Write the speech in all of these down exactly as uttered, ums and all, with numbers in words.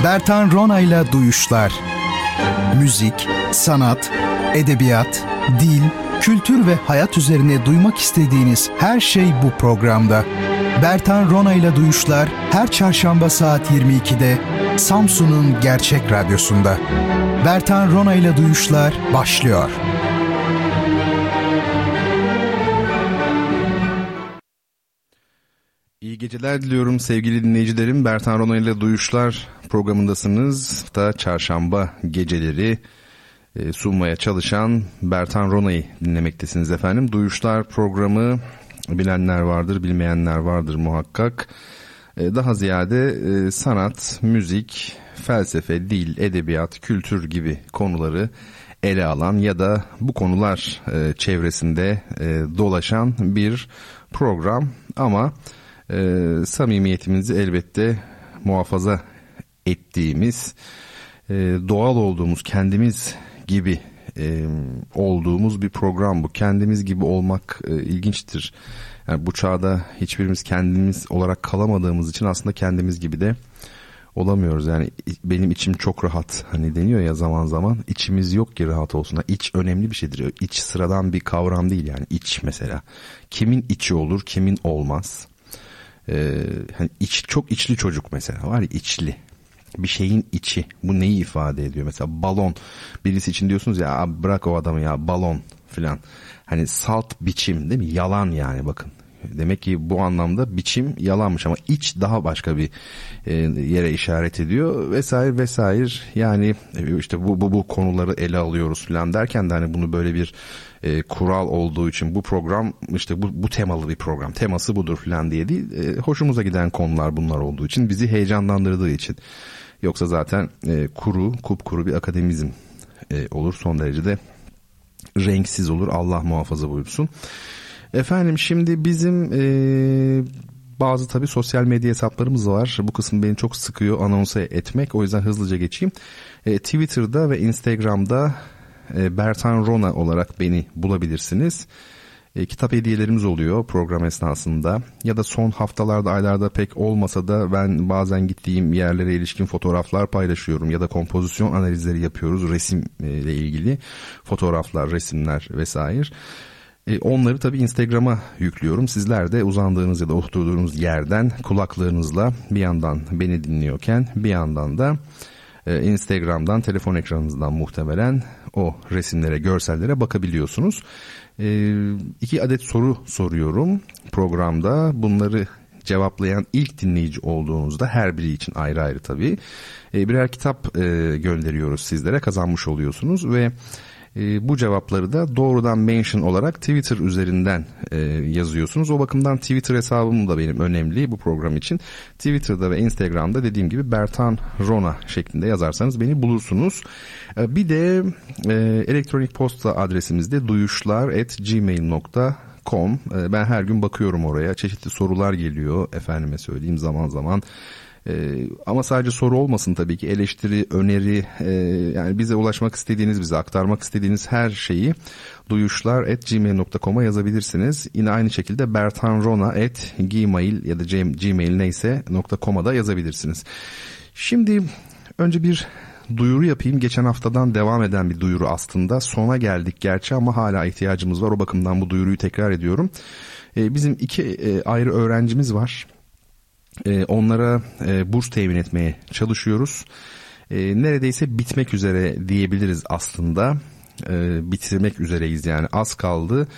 Bertan Rona'yla Duyuşlar. Müzik, sanat, edebiyat, dil, kültür ve hayat üzerine duymak istediğiniz her şey bu programda. Bertan Rona'yla Duyuşlar her çarşamba saat yirmi ikide Samsun'un Gerçek Radyosu'nda. Bertan Rona'yla Duyuşlar başlıyor. İyi geceler diliyorum sevgili dinleyicilerim. Bertan Rona ile Duyuşlar programındasınız. Da çarşamba geceleri e, sunmaya çalışan Bertan Rona'yı dinlemektesiniz efendim. Duyuşlar programı bilenler vardır, bilmeyenler vardır muhakkak. E, daha ziyade e, sanat, müzik, felsefe, dil, edebiyat, kültür gibi konuları ele alan ya da bu konular e, çevresinde e, dolaşan bir program ama e, samimiyetimizi elbette muhafaza ettiğimiz, e, doğal olduğumuz, kendimiz gibi e, olduğumuz bir program bu. Kendimiz gibi olmak e, ilginçtir. Yani bu çağda hiçbirimiz kendimiz olarak kalamadığımız için aslında kendimiz gibi de olamıyoruz. Yani benim içim çok rahat hani deniyor ya zaman zaman, içimiz yok ki rahat olsun. İç önemli bir şeydir. İç sıradan bir kavram değil yani iç mesela. Kimin içi olur, kimin olmaz. Ee, hani iç, çok içli çocuk mesela var ya, içli. Bir şeyin içi. Bu neyi ifade ediyor? Mesela balon. Birisi için diyorsunuz ya bırak o adamı ya balon filan. Hani salt biçim değil mi? Yalan yani bakın. Demek ki bu anlamda biçim yalanmış ama iç daha başka bir e, yere işaret ediyor vesaire vesaire. Yani işte bu bu bu konuları ele alıyoruz falan derken de hani bunu böyle bir e, kural olduğu için bu program işte bu bu temalı bir program. Teması budur falan diye değil. E, hoşumuza giden konular bunlar olduğu için, bizi heyecanlandırdığı için. Yoksa zaten e, kuru, kupkuru bir akademizm e, olur, son derece de renksiz olur. Allah muhafaza buyursun. Efendim şimdi bizim e, bazı tabii sosyal medya hesaplarımız var. Bu kısım beni çok sıkıyor anonsa etmek. O yüzden hızlıca geçeyim. E, Twitter'da ve Instagram'da e, Bertan Rona olarak beni bulabilirsiniz. E, kitap hediyelerimiz oluyor program esnasında. Ya da son haftalarda, aylarda pek olmasa da ben bazen gittiğim yerlere ilişkin fotoğraflar paylaşıyorum. Ya da kompozisyon analizleri yapıyoruz. Resimle ilgili fotoğraflar, resimler vesaire. E, onları tabii Instagram'a yüklüyorum. Sizler de uzandığınız ya da oturduğunuz yerden kulaklarınızla bir yandan beni dinliyorken bir yandan da e, Instagram'dan, telefon ekranınızdan muhtemelen o resimlere, görsellere bakabiliyorsunuz. E, iki adet soru soruyorum programda. Bunları cevaplayan ilk dinleyici olduğunuzda her biri için ayrı ayrı tabii e, birer kitap e, gönderiyoruz sizlere, kazanmış oluyorsunuz ve bu cevapları da doğrudan mention olarak Twitter üzerinden e, yazıyorsunuz. O bakımdan Twitter hesabım da benim önemli bu program için. Twitter'da ve Instagram'da dediğim gibi Bertan Rona şeklinde yazarsanız beni bulursunuz. E, bir de e, elektronik posta adresimizde duyuşlar at gmail nokta com. E, ben her gün bakıyorum oraya. Çeşitli sorular geliyor. Efendime söyleyeyim zaman zaman. Ee, ama sadece soru olmasın tabii ki, eleştiri, öneri, e, yani bize ulaşmak istediğiniz, bize aktarmak istediğiniz her şeyi duyuşlar at gmail nokta com'a yazabilirsiniz. Yine aynı şekilde bertanrona at gmail ya da gmail neyse .com'a da yazabilirsiniz. Şimdi önce bir duyuru yapayım. Geçen haftadan devam eden bir duyuru aslında. Sona geldik gerçi ama hala ihtiyacımız var. O bakımdan bu duyuruyu tekrar ediyorum. Ee, bizim iki e, ayrı öğrencimiz var. Onlara burs temin etmeye çalışıyoruz. Neredeyse bitmek üzere diyebiliriz aslında. Bitirmek üzereyiz yani, az kaldı.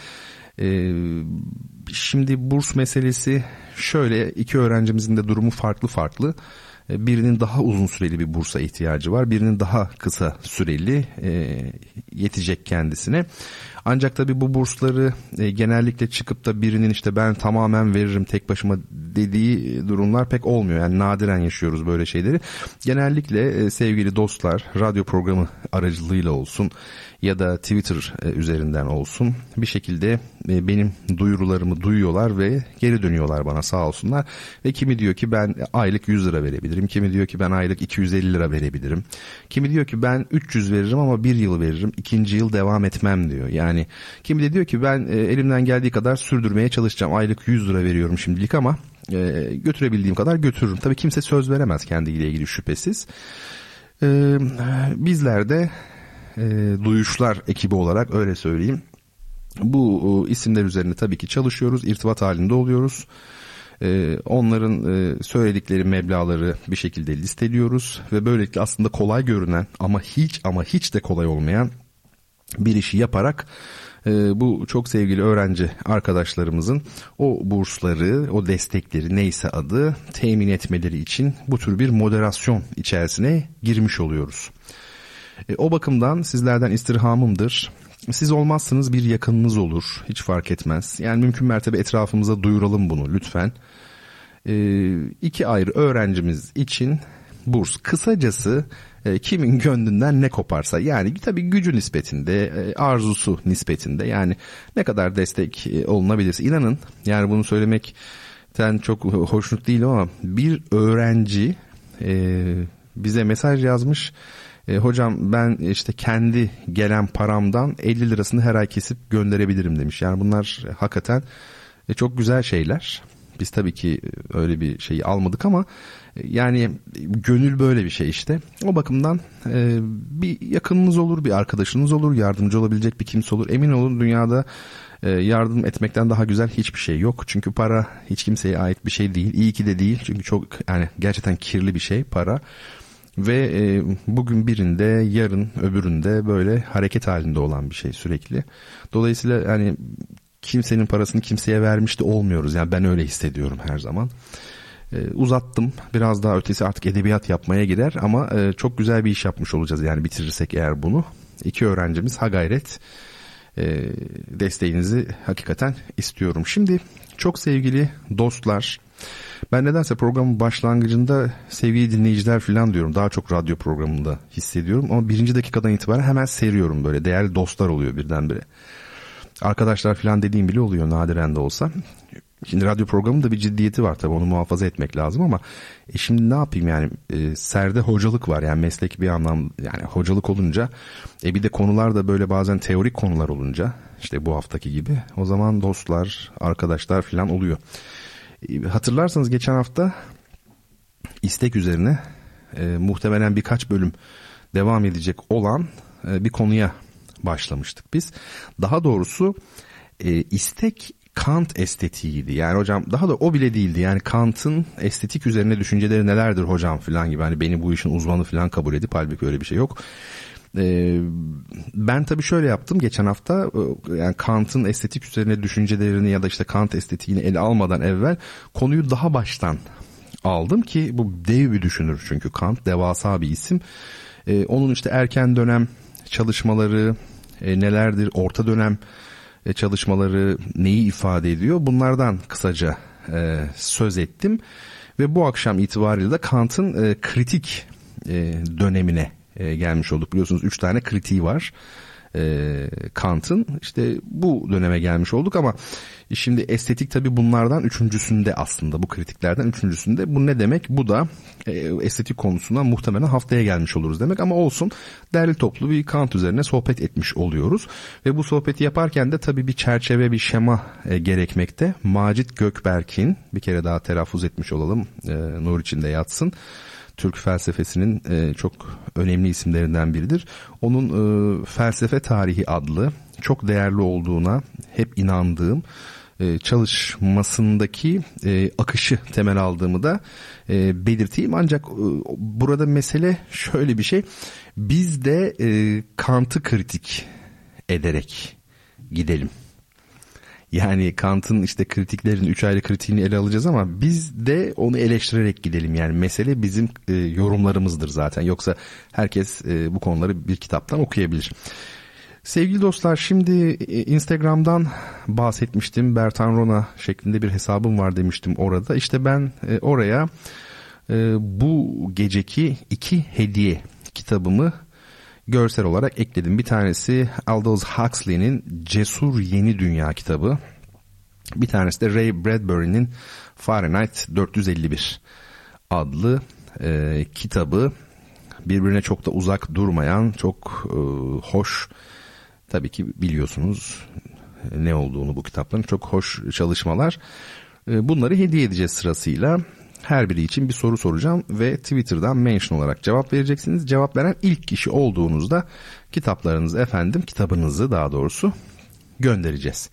Şimdi burs meselesi şöyle, iki öğrencimizin de durumu farklı farklı. Birinin daha uzun süreli bir bursa ihtiyacı var. Birinin daha kısa süreli e, yetecek kendisine. Ancak tabii bu bursları e, genellikle çıkıp da birinin işte ben tamamen veririm tek başıma dediği durumlar pek olmuyor. Yani nadiren yaşıyoruz böyle şeyleri. Genellikle e, sevgili dostlar, radyo programı aracılığıyla olsun ya da Twitter e, üzerinden olsun bir şekilde e, benim duyurularımı duyuyorlar ve geri dönüyorlar bana, sağ olsunlar. Ve kimi diyor ki ben aylık yüz lira verebilirim. Kimi diyor ki ben aylık iki yüz elli lira verebilirim. Kimi diyor ki ben üç yüz veririm ama bir yıl veririm. İkinci yıl devam etmem diyor. Yani kimi de diyor ki ben e, elimden geldiği kadar sürdürmeye çalışacağım. Aylık yüz lira veriyorum şimdilik ama e, götürebildiğim kadar götürürüm. Tabii kimse söz veremez kendiyle ilgili şüphesiz. E, bizler de e, Duyuşlar ekibi olarak öyle söyleyeyim. Bu e, isimler üzerine tabii ki çalışıyoruz, irtibat halinde oluyoruz. E, onların e, söyledikleri meblağları bir şekilde listeliyoruz ve böylelikle aslında kolay görünen ama hiç ama hiç de kolay olmayan bir işi yaparak e, bu çok sevgili öğrenci arkadaşlarımızın o bursları, o destekleri neyse adı temin etmeleri için bu tür bir moderasyon içerisine girmiş oluyoruz. E, o bakımdan sizlerden istirhamımdır. Siz olmazsınız bir yakınınız olur. Hiç fark etmez. Yani mümkün mertebe etrafımıza duyuralım bunu lütfen. E, iki ayrı öğrencimiz için burs. Kısacası e, kimin gönlünden ne koparsa. Yani tabii gücü nispetinde, e, arzusu nispetinde. Yani ne kadar destek e, olunabilirse. İnanın yani bunu söylemekten çok hoşnut değilim ama bir öğrenci e, bize mesaj yazmış. E, hocam ben işte kendi gelen paramdan elli lirasını her ay kesip gönderebilirim demiş. Yani bunlar e, hakikaten e, çok güzel şeyler. Biz tabii ki öyle bir şeyi almadık ama e, yani gönül böyle bir şey işte. O bakımdan e, bir yakınınız olur, bir arkadaşınız olur, yardımcı olabilecek bir kimse olur. Emin olun dünyada e, yardım etmekten daha güzel hiçbir şey yok. Çünkü para hiç kimseye ait bir şey değil. İyi ki de değil. Çünkü çok yani gerçekten kirli bir şey para. Ve e, bugün birinde yarın öbüründe böyle hareket halinde olan bir şey sürekli. Dolayısıyla yani kimsenin parasını kimseye vermiş de olmuyoruz. Yani ben öyle hissediyorum her zaman. E, uzattım. Biraz daha ötesi artık edebiyat yapmaya gider ama e, çok güzel bir iş yapmış olacağız yani bitirirsek eğer bunu. İki öğrencimiz ha gayret e, desteğinizi hakikaten istiyorum. Şimdi çok sevgili dostlar, ben nedense programın başlangıcında sevgili dinleyiciler falan diyorum. Daha çok radyo programında hissediyorum. Ama birinci dakikadan itibaren hemen seriyorum böyle. Değerli dostlar oluyor birdenbire. Arkadaşlar falan dediğim bile oluyor nadiren de olsa. Şimdi radyo programının da bir ciddiyeti var tabii. Onu muhafaza etmek lazım ama e şimdi ne yapayım yani e, serde hocalık var. Yani meslek bir anlam yani hocalık olunca e bir de konular da böyle bazen teorik konular olunca işte bu haftaki gibi. O zaman dostlar, arkadaşlar falan oluyor. Hatırlarsanız geçen hafta istek üzerine e, muhtemelen birkaç bölüm devam edecek olan e, bir konuya başlamıştık biz. Daha doğrusu e, istek Kant estetiğiydi. Yani hocam daha da o bile değildi. Yani Kant'ın estetik üzerine düşünceleri nelerdir hocam falan gibi. Hani beni bu işin uzmanı falan kabul edip halbuki öyle bir şey yok. Ee, ben tabii şöyle yaptım geçen hafta yani Kant'ın estetik üzerine düşüncelerini ya da işte Kant estetiğini ele almadan evvel konuyu daha baştan aldım ki bu dev bir düşünür çünkü Kant devasa bir isim. Ee, onun işte erken dönem çalışmaları e, nelerdir, orta dönem e, çalışmaları neyi ifade ediyor bunlardan kısaca e, söz ettim ve bu akşam itibariyle de Kant'ın e, kritik e, dönemine E, gelmiş olduk. Biliyorsunuz üç tane kritiği var e, Kant'ın. İşte bu döneme gelmiş olduk ama şimdi estetik tabii bunlardan üçüncüsünde aslında bu kritiklerden üçüncüsünde. Bu ne demek? Bu da e, estetik konusuna muhtemelen haftaya gelmiş oluruz demek ama olsun derli toplu bir Kant üzerine sohbet etmiş oluyoruz. Ve bu sohbeti yaparken de tabii bir çerçeve, bir şema e, gerekmekte. Macit Gökberk'in bir kere daha telaffuz etmiş olalım. E, nur içinde yatsın. Türk felsefesinin e, çok önemli isimlerinden biridir. Onun e, Felsefe Tarihi adlı çok değerli olduğuna hep inandığım e, çalışmasındaki e, akışı temel aldığımı da e, belirteyim. Ancak e, burada mesele şöyle bir şey. Biz de e, Kant'ı kritik ederek gidelim. Yani Kant'ın işte kritiklerin üç ayrı kritiğini ele alacağız ama biz de onu eleştirerek gidelim. Yani mesele bizim e, yorumlarımızdır zaten. Yoksa herkes e, bu konuları bir kitaptan okuyabilir. Sevgili dostlar şimdi e, Instagram'dan bahsetmiştim. Bertan Rona şeklinde bir hesabım var demiştim orada. İşte ben e, oraya e, bu geceki iki hediye kitabımı görsel olarak ekledim. Bir tanesi Aldous Huxley'nin Cesur Yeni Dünya kitabı. Bir tanesi de Ray Bradbury'nin Fahrenheit dört yüz elli bir adlı e, kitabı. Birbirine çok da uzak durmayan, çok e, hoş, tabii ki biliyorsunuz ne olduğunu bu kitapların, çok hoş çalışmalar. Bunları hediye edeceğiz sırasıyla. Her biri için bir soru soracağım ve Twitter'dan mention olarak cevap vereceksiniz. Cevap veren ilk kişi olduğunuzda kitaplarınızı efendim, kitabınızı daha doğrusu göndereceğiz.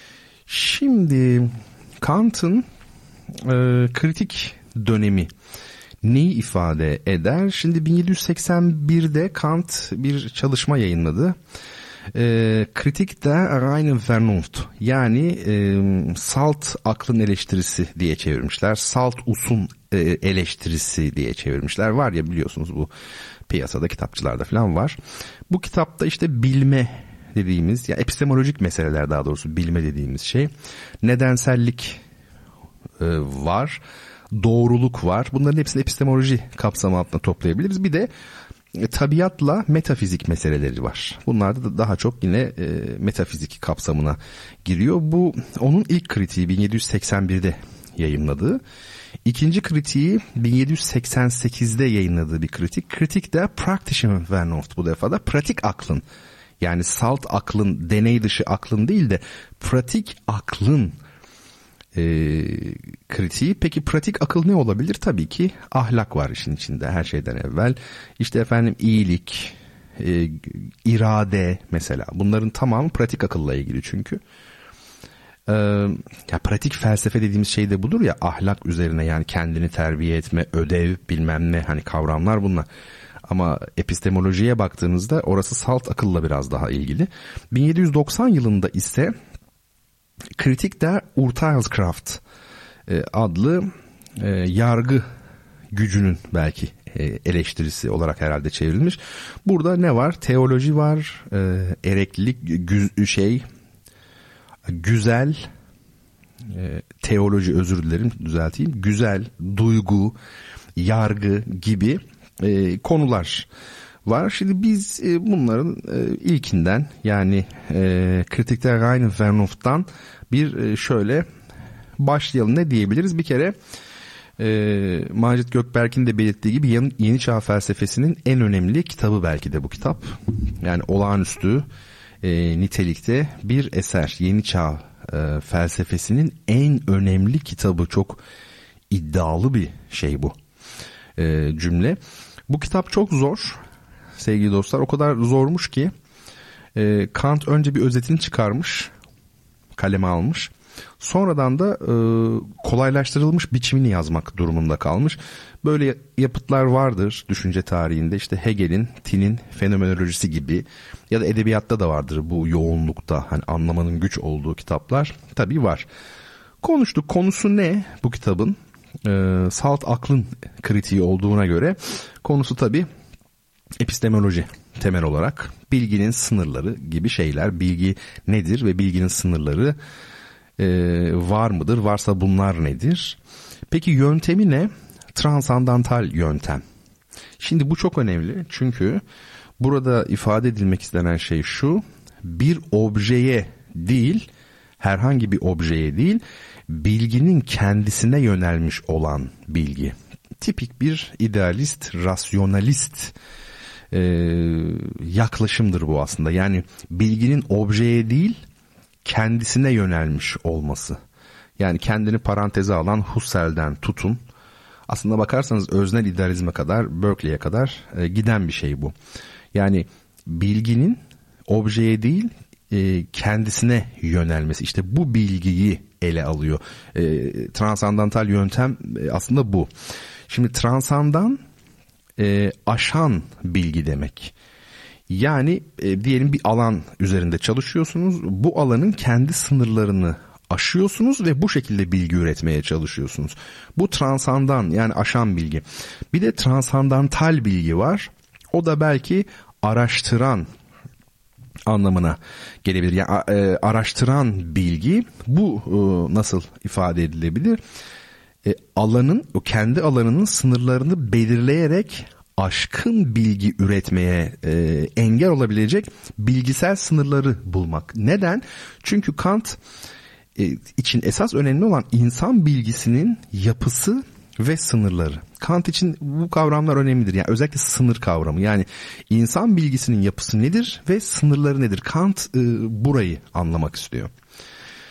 Şimdi Kant'ın e, kritik dönemi neyi ifade eder? Şimdi bin yedi yüz seksen birde Kant bir çalışma yayınladı. E, Kritik der reinen Vernunft, yani e, salt aklın eleştirisi diye çevirmişler. Salt usun e, eleştirisi diye çevirmişler. Var ya, biliyorsunuz bu piyasada, kitapçılarda falan var. Bu kitapta işte bilme dediğimiz, ya epistemolojik meseleler, daha doğrusu bilme dediğimiz şey, nedensellik e, var, doğruluk var. Bunların hepsini epistemoloji kapsamı altında toplayabiliriz. Bir de e, tabiatla metafizik meseleleri var. Bunlar da daha çok yine e, metafizik kapsamına giriyor. Bu onun ilk kritiği, bin yedi yüz seksen birde yayınladığı. İkinci kritiği bin yedi yüz seksen sekizde yayınladığı bir kritik. Kritik de Praktischen Vernunft, bu defa da pratik aklın, yani salt aklın, deney dışı aklın değil de pratik aklın e, kritiği. Peki pratik akıl ne olabilir? Tabii ki ahlak var işin içinde her şeyden evvel. İşte efendim iyilik, e, irade mesela, bunların tamamı pratik akılla ilgili çünkü. Ee, ya pratik felsefe dediğimiz şey de budur ya, ahlak üzerine, yani kendini terbiye etme, ödev, bilmem ne, hani kavramlar bunlar. Ama epistemolojiye baktığınızda orası salt akılla biraz daha ilgili. bin yedi yüz doksan yılında ise Kritik der Urteilskraft adlı e, yargı gücünün belki e, eleştirisi olarak herhalde çevrilmiş. Burada ne var? Teoloji var, e, ereklilik, gü- şey, güzel, e, teoloji, özür dilerim, düzelteyim, güzel, duygu, yargı gibi e, konular var. Şimdi biz e, bunların e, ilkinden, yani e, Kritik der reinen Vernunft'tan bir e, şöyle başlayalım. Ne diyebiliriz? Bir kere e, Macit Gökberk'in de belirttiği gibi yeni, yeni çağ felsefesinin en önemli kitabı belki de bu kitap. Yani olağanüstü e, nitelikte bir eser. Yeni çağ e, felsefesinin en önemli kitabı. Çok iddialı bir şey bu e, cümle. Bu kitap çok zor sevgili dostlar. O kadar zormuş ki e, Kant önce bir özetini çıkarmış, kaleme almış. Sonradan da e, kolaylaştırılmış biçimini yazmak durumunda kalmış. Böyle yapıtlar vardır düşünce tarihinde. İşte Hegel'in Tin'in fenomenolojisi gibi, ya da edebiyatta da vardır bu yoğunlukta, hani anlamanın güç olduğu kitaplar tabii var. Konuştuk. Konusu ne bu kitabın? E, salt aklın kritiği olduğuna göre konusu tabii epistemoloji temel olarak. Bilginin sınırları gibi şeyler. Bilgi nedir ve bilginin sınırları e, var mıdır? Varsa bunlar nedir? Peki yöntemi ne? Transandantal yöntem. Şimdi bu çok önemli çünkü burada ifade edilmek istenen şey şu: bir objeye değil, herhangi bir objeye değil, bilginin kendisine yönelmiş olan bilgi. Tipik bir idealist, rasyonalist e, yaklaşımdır bu aslında. Yani bilginin objeye değil, kendisine yönelmiş olması. Yani kendini paranteze alan Husserl'den tutun, aslında bakarsanız öznel idealizme kadar, Berkeley'e kadar e, giden bir şey bu. Yani bilginin objeye değil, e, kendisine yönelmesi. İşte bu bilgiyi ele alıyor. E, transandantal yöntem e, aslında bu. Şimdi transandan e, aşan bilgi demek. Yani e, diyelim bir alan üzerinde çalışıyorsunuz. Bu alanın kendi sınırlarını aşıyorsunuz ve bu şekilde bilgi üretmeye çalışıyorsunuz. Bu transandan, yani aşan bilgi. Bir de transandantal bilgi var. O da belki araştıran anlamına gelebilir. Yani e, araştıran bilgi. Bu e, nasıl ifade edilebilir? E, alanın, o kendi alanının sınırlarını belirleyerek aşkın bilgi üretmeye e, engel olabilecek bilgisel sınırları bulmak. Neden? Çünkü Kant e, için esas önemli olan insan bilgisinin yapısı ve sınırları. Kant için bu kavramlar önemlidir. Yani özellikle sınır kavramı. Yani insan bilgisinin yapısı nedir ve sınırları nedir? Kant e, burayı anlamak istiyor.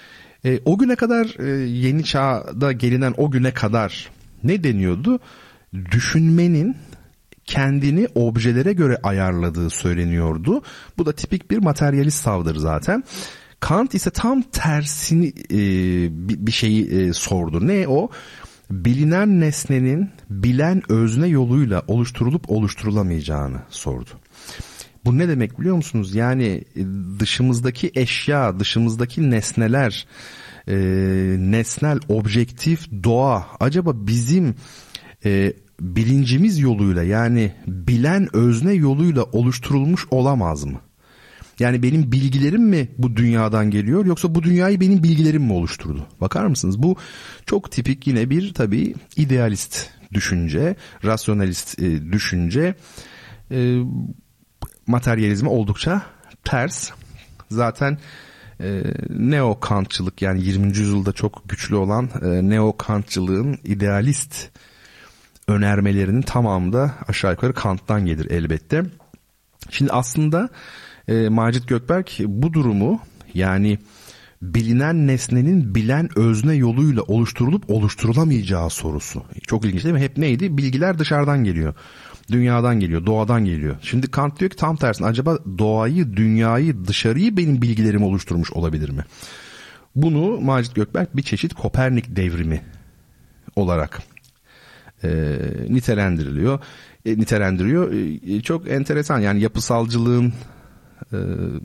E, o güne kadar e, yeni çağda gelinen o güne kadar ne deniyordu? Düşünmenin kendini objelere göre ayarladığı söyleniyordu. Bu da tipik bir materyalist tavır zaten. Kant ise tam tersini e, bir şeyi e, sordu. Ne o? Bilinen nesnenin bilen özne yoluyla oluşturulup oluşturulamayacağını sordu. Bu ne demek biliyor musunuz? Yani dışımızdaki eşya, dışımızdaki nesneler, e, nesnel, objektif doğa acaba bizim e, bilincimiz yoluyla, yani bilen özne yoluyla oluşturulmuş olamaz mı? Yani benim bilgilerim mi bu dünyadan geliyor, yoksa bu dünyayı benim bilgilerim mi oluşturdu? Bakar mısınız? Bu çok tipik yine bir tabii idealist düşünce, rasyonalist e, düşünce. E, materyalizme oldukça ters. Zaten e, neo-Kantçılık, yani yirminci yüzyılda çok güçlü olan e, neo-Kantçılığın idealist önermelerinin tamamı da aşağı yukarı Kant'tan gelir elbette. Şimdi aslında e, Macit Gökberk bu durumu, yani bilinen nesnenin bilen özne yoluyla oluşturulup oluşturulamayacağı sorusu. Çok ilginç değil mi? Hep neydi? Bilgiler dışarıdan geliyor. Dünyadan geliyor, doğadan geliyor. Şimdi Kant diyor ki tam tersine, acaba doğayı, dünyayı, dışarıyı benim bilgilerim oluşturmuş olabilir mi? Bunu Macit Gökberk bir çeşit Kopernik devrimi olarak e, nitelendiriliyor. E, nitelendiriyor. E, çok enteresan, yani yapısalcılığın e,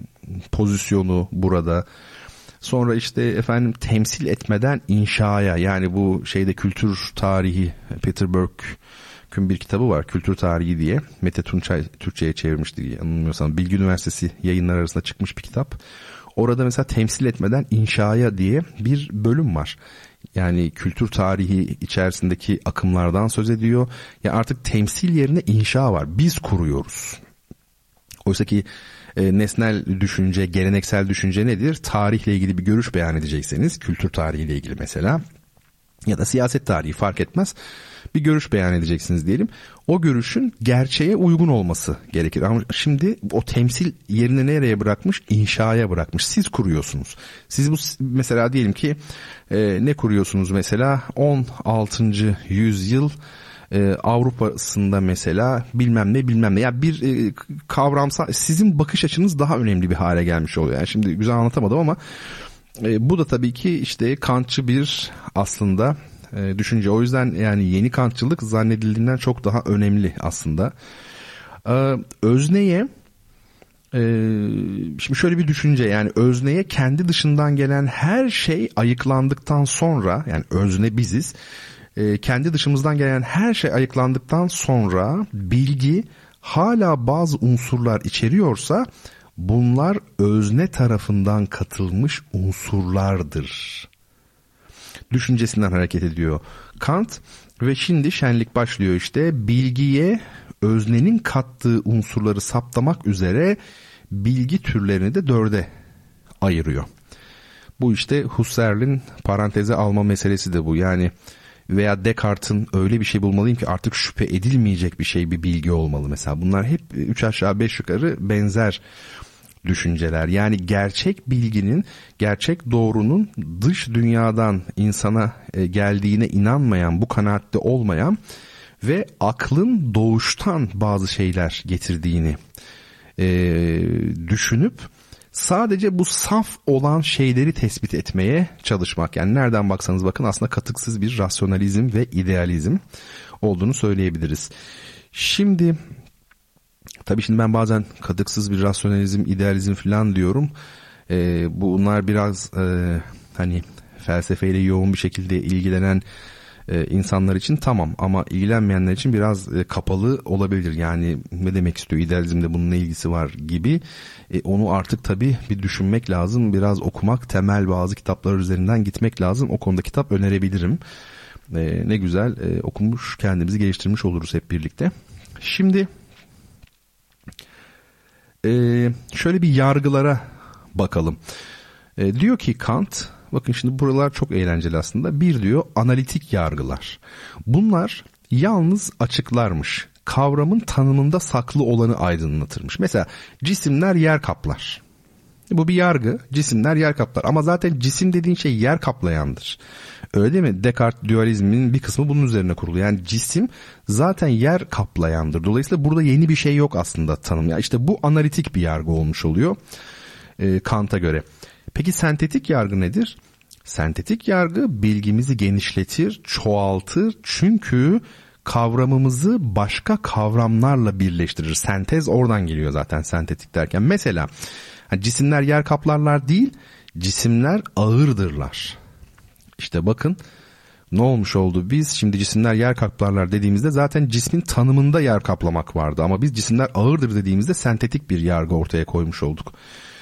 pozisyonu burada. Sonra işte efendim temsil etmeden inşaya, yani bu şeyde kültür tarihi, Peter Burke'ün bir kitabı var, Kültür Tarihi diye. Mete Tunçay Türkçe'ye çevirmişti diye yanılmıyorsam. Bilgi Üniversitesi yayınları arasında çıkmış bir kitap. Orada mesela temsil etmeden inşaya diye bir bölüm var. Yani kültür tarihi içerisindeki akımlardan söz ediyor. Ya artık temsil yerine inşa var. Biz kuruyoruz. Oysa ki e, nesnel düşünce, geleneksel düşünce nedir? Tarihle ilgili bir görüş beyan edecekseniz, kültür tarihiyle ilgili mesela, ya da siyaset tarihi fark etmez, bir görüş beyan edeceksiniz diyelim. O görüşün gerçeğe uygun olması gerekir. Ama şimdi o temsil yerini nereye bırakmış? İnşaya bırakmış. Siz kuruyorsunuz. Siz bu mesela diyelim ki e, ne kuruyorsunuz mesela? on altıncı yüzyıl Ee, Avrupa'sında mesela bilmem ne bilmem ne. Yani bir e, kavramsal, sizin bakış açınız daha önemli bir hale gelmiş oluyor. Yani şimdi güzel anlatamadım ama e, bu da tabii ki işte Kantçı bir aslında e, düşünce. O yüzden yani yeni Kantçılık zannedildiğinden çok daha önemli aslında. Ee, özneye e, şimdi şöyle bir düşünce, yani özneye kendi dışından gelen her şey ayıklandıktan sonra, yani özne biziz. Kendi dışımızdan gelen her şey ayıklandıktan sonra bilgi hala bazı unsurlar içeriyorsa bunlar özne tarafından katılmış unsurlardır düşüncesinden hareket ediyor Kant. Ve şimdi şenlik başlıyor işte. Bilgiye öznenin kattığı unsurları saptamak üzere bilgi türlerini de dörde ayırıyor. Bu işte Husserl'in paranteze alma meselesi de bu. Yani veya Descartes'in öyle bir şey bulmalıyım ki artık şüphe edilmeyecek bir şey, bir bilgi olmalı mesela. Bunlar hep üç aşağı beş yukarı benzer düşünceler. Yani gerçek bilginin, gerçek doğrunun dış dünyadan insana geldiğine inanmayan, bu kanaatte olmayan ve aklın doğuştan bazı şeyler getirdiğini e, düşünüp sadece bu saf olan şeyleri tespit etmeye çalışmak. Yani nereden baksanız bakın aslında katıksız bir rasyonalizm ve idealizm olduğunu söyleyebiliriz. Şimdi tabii şimdi ben bazen katıksız bir rasyonalizm, idealizm falan diyorum. Ee, bunlar biraz e, hani felsefeyle yoğun bir şekilde ilgilenen e, insanlar için tamam, ama ilgilenmeyenler için biraz e, kapalı olabilir. Yani ne demek istiyor, idealizmde bununla ilgisi var gibi. E, onu artık tabii bir düşünmek lazım. Biraz okumak, temel bazı kitaplar üzerinden gitmek lazım. O konuda kitap önerebilirim. E, ne güzel e, okumuş, kendimizi geliştirmiş oluruz hep birlikte. Şimdi e, şöyle bir yargılara bakalım. E, diyor ki Kant, bakın şimdi buralar çok eğlenceli aslında. Bir diyor, analitik yargılar. Bunlar yalnız açıklarmış. Kavramın tanımında saklı olanı aydınlatırmış. Mesela cisimler yer kaplar. Bu bir yargı. Cisimler yer kaplar. Ama zaten cisim dediğin şey yer kaplayandır. Öyle değil mi? Descartes dualizminin bir kısmı bunun üzerine kurulu. Yani cisim zaten yer kaplayandır. Dolayısıyla burada yeni bir şey yok aslında tanım. Ya işte bu analitik bir yargı olmuş oluyor e, Kant'a göre. Peki sentetik yargı nedir? Sentetik yargı bilgimizi genişletir, çoğaltır. Çünkü kavramımızı başka kavramlarla birleştirir. Sentez oradan geliyor zaten sentetik derken. Mesela cisimler yer kaplarlar değil, cisimler ağırdırlar. İşte bakın ne olmuş oldu, biz şimdi cisimler yer kaplarlar dediğimizde zaten cismin tanımında yer kaplamak vardı. Ama biz cisimler ağırdır dediğimizde sentetik bir yargı ortaya koymuş olduk.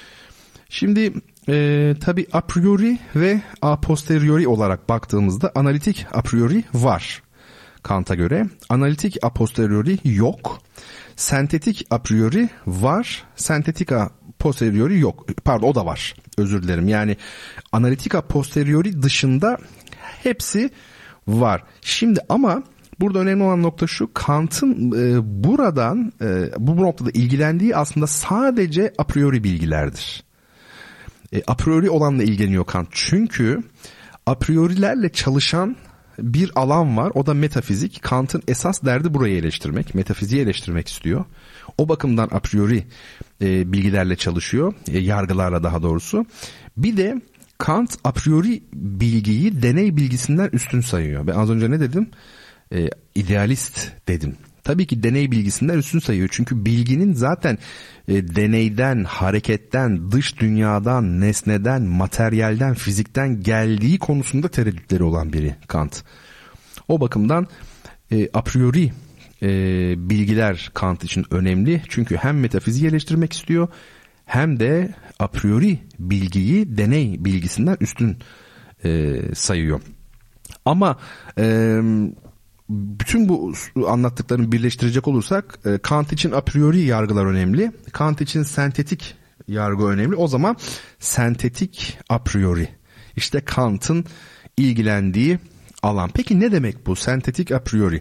Şimdi e, tabii a priori ve a posteriori olarak baktığımızda analitik a priori var Kant'a göre. Analitik a posteriori yok. Sentetik a priori var. Sentetik a posteriori yok. Pardon, o da var. Özür dilerim. Yani analitik a posteriori dışında hepsi var. Şimdi ama burada önemli olan nokta şu: Kant'ın e, buradan e, bu noktada ilgilendiği aslında sadece a priori bilgilerdir. E, a priori olanla ilgileniyor Kant. Çünkü a priorilerle çalışan bir alan var. O da metafizik. Kant'ın esas derdi burayı eleştirmek. Metafiziği eleştirmek istiyor. O bakımdan a priori e, bilgilerle çalışıyor. E, yargılarla daha doğrusu. Bir de Kant a priori bilgiyi deney bilgisinden üstün sayıyor. Ben az önce ne dedim? E, idealist dedim. Tabii ki deney bilgisinden üstün sayıyor. Çünkü bilginin zaten e, deneyden, hareketten, dış dünyadan, nesneden, materyalden, fizikten geldiği konusunda tereddütleri olan biri Kant. O bakımdan e, a priori e, bilgiler Kant için önemli. Çünkü hem metafiziği eleştirmek istiyor, hem de a priori bilgiyi deney bilgisinden üstün e, sayıyor. Ama e, bütün bu anlattıklarını birleştirecek olursak Kant için a priori yargılar önemli. Kant için sentetik yargı önemli. O zaman sentetik a priori. İşte Kant'ın ilgilendiği alan. Peki ne demek bu sentetik a priori?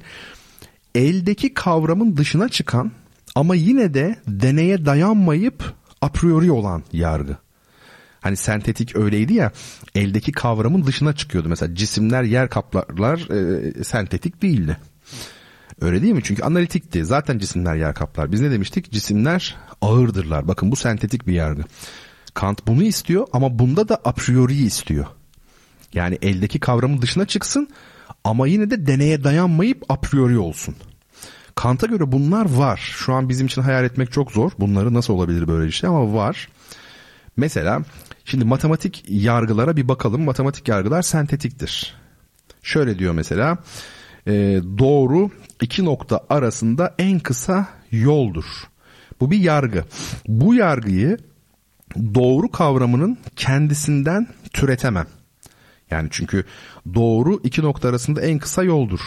Eldeki kavramın dışına çıkan ama yine de deneye dayanmayıp a priori olan yargı. Hani sentetik öyleydi ya, eldeki kavramın dışına çıkıyordu. Mesela cisimler yer kaplarlar e, sentetik değildi. Öyle değil mi? Çünkü analitikti. Zaten cisimler yer kaplar. Biz ne demiştik? Cisimler ağırdırlar. Bakın bu sentetik bir yargı. Kant bunu istiyor ama bunda da a priori istiyor. Yani eldeki kavramın dışına çıksın ama yine de deneye dayanmayıp a priori olsun. Kant'a göre bunlar var. Şu an bizim için hayal etmek çok zor. Bunları nasıl olabilir böyle bir şey, ama var. Mesela şimdi matematik yargılara bir bakalım. Matematik yargılar sentetiktir. Şöyle diyor mesela, e, doğru iki nokta arasında en kısa yoldur. Bu bir yargı. Bu yargıyı doğru kavramının kendisinden türetemem. Yani çünkü doğru iki nokta arasında en kısa yoldur